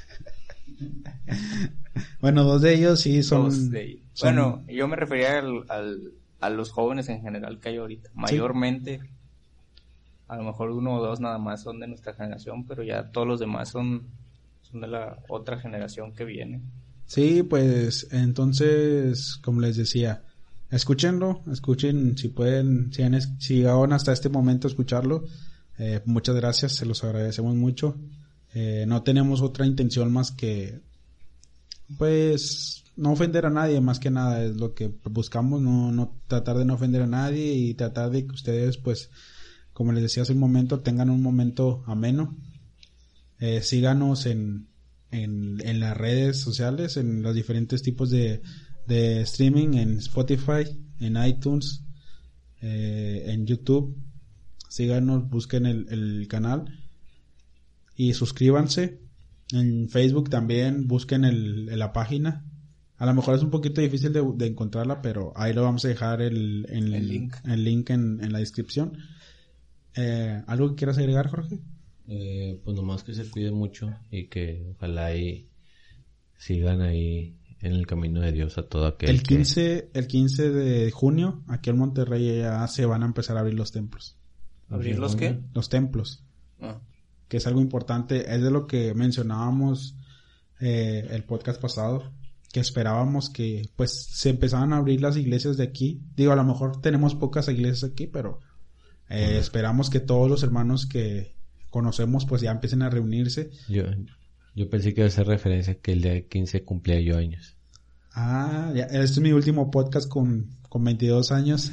Bueno, dos de ellos sí son... Dos de ellos. son- Bueno, yo me refería al, al- a los jóvenes en general que hay ahorita. Mayormente, a lo mejor uno o dos nada más son de nuestra generación, pero ya todos los demás son, son de la otra generación que viene. Sí, pues entonces, como les decía, escúchenlo, escuchen si pueden, si, han, es- si llegaron hasta este momento a escucharlo, eh, muchas gracias, se los agradecemos mucho. Eh, no tenemos otra intención más que, pues, no ofender a nadie, más que nada es lo que buscamos, no, no tratar de no ofender a nadie y tratar de que ustedes, pues, como les decía hace un momento, tengan un momento ameno. Eh, síganos en En, en las redes sociales, en los diferentes tipos de, de streaming, en Spotify, en iTunes, eh, en YouTube. Síganos, busquen el, el canal y suscríbanse. En Facebook también busquen el, el- la página. A lo mejor es un poquito difícil de, de encontrarla, pero ahí lo vamos a dejar el, en El link. el link en, en la descripción. Eh, ¿Algo que quieras agregar, Jorge? Eh, pues nomás que se cuiden mucho y que ojalá y sigan ahí en el camino de Dios a todo aquel El que- quince, el quince de junio, aquí en Monterrey ya se van a empezar a abrir los templos. ¿Abrir los qué? Los templos, Ah, que es algo importante, es de lo que mencionábamos eh, el podcast pasado, que esperábamos que pues se empezaran a abrir las iglesias de aquí. Digo, a lo mejor tenemos pocas iglesias aquí, pero eh, esperamos que todos los hermanos que conocemos pues ya empiecen a reunirse. Yo, yo pensé que iba a hacer referencia que el día quince cumplía yo años. Ah, ya, este es mi último podcast con, con veintidós años.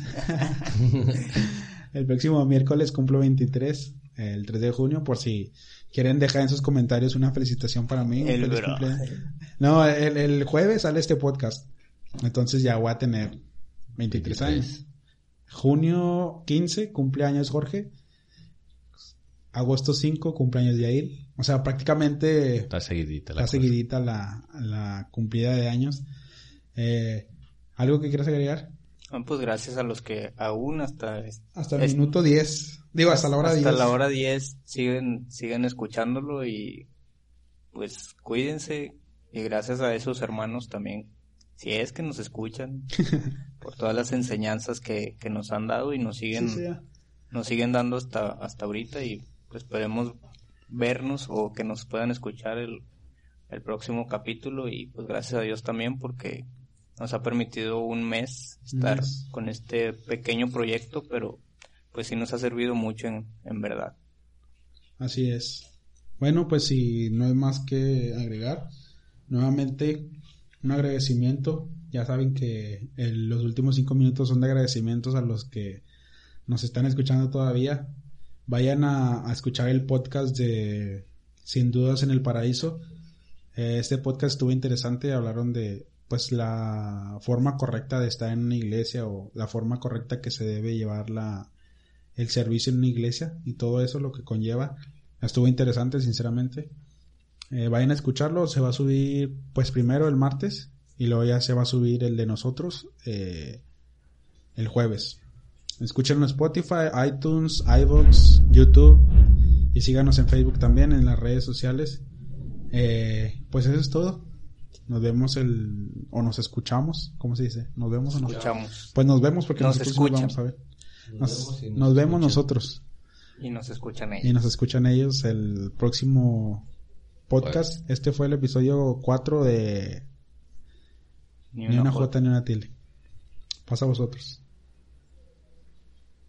El próximo miércoles cumplo veintitrés, el tres de junio, por si quieren dejar en sus comentarios una felicitación para mí. un El feliz bro. cumpleaños. No, el, el jueves sale este podcast. Entonces ya voy a tener veintitrés años. Junio quince, cumpleaños Jorge. Agosto cinco, cumpleaños Yair. O sea, prácticamente Está seguidita la está cosa. seguidita la, la cumplida de años. Eh, ¿Algo que quieras agregar? Bueno, pues gracias a los que aún hasta... Hasta el es, minuto diez. Digo, hasta la hora hasta diez. Hasta la hora diez siguen, siguen escuchándolo y pues cuídense. Y gracias a esos hermanos también, si es que nos escuchan, por todas las enseñanzas que, que nos han dado y nos siguen, sí, sí. nos siguen dando hasta, hasta ahorita y pues podemos vernos o que nos puedan escuchar el, el próximo capítulo y pues gracias a Dios también porque nos ha permitido un mes estar mes. con este pequeño proyecto, pero pues sí nos ha servido mucho en, en verdad. Así es. Bueno, pues si no hay más que agregar, nuevamente un agradecimiento. Ya saben que el, los últimos cinco minutos son de agradecimientos a los que nos están escuchando todavía. Vayan a, a escuchar el podcast de Sin Dudas en el Paraíso. Eh, este podcast estuvo interesante, hablaron de pues la forma correcta de estar en una iglesia o la forma correcta que se debe llevar la, el servicio en una iglesia y todo eso lo que conlleva. Estuvo interesante, sinceramente. Eh, vayan a escucharlo, se va a subir pues primero el martes y luego ya se va a subir el de nosotros eh, el jueves. Escúchenlo en Spotify, iTunes, iVoox, YouTube y síganos en Facebook también, en las redes sociales. Eh, pues eso es todo. Nos vemos el... o nos escuchamos, ¿cómo se dice? Nos vemos o nos escuchamos. Pues nos vemos porque nos nosotros escuchan. Nos vamos a ver. Nos, nos, nos, nos vemos nosotros. Y nos escuchan ellos. Y nos escuchan ellos el próximo podcast. Bueno. Este fue el episodio cuatro de... Ni una, ni una J, J ni una tilde. Pasa a vosotros.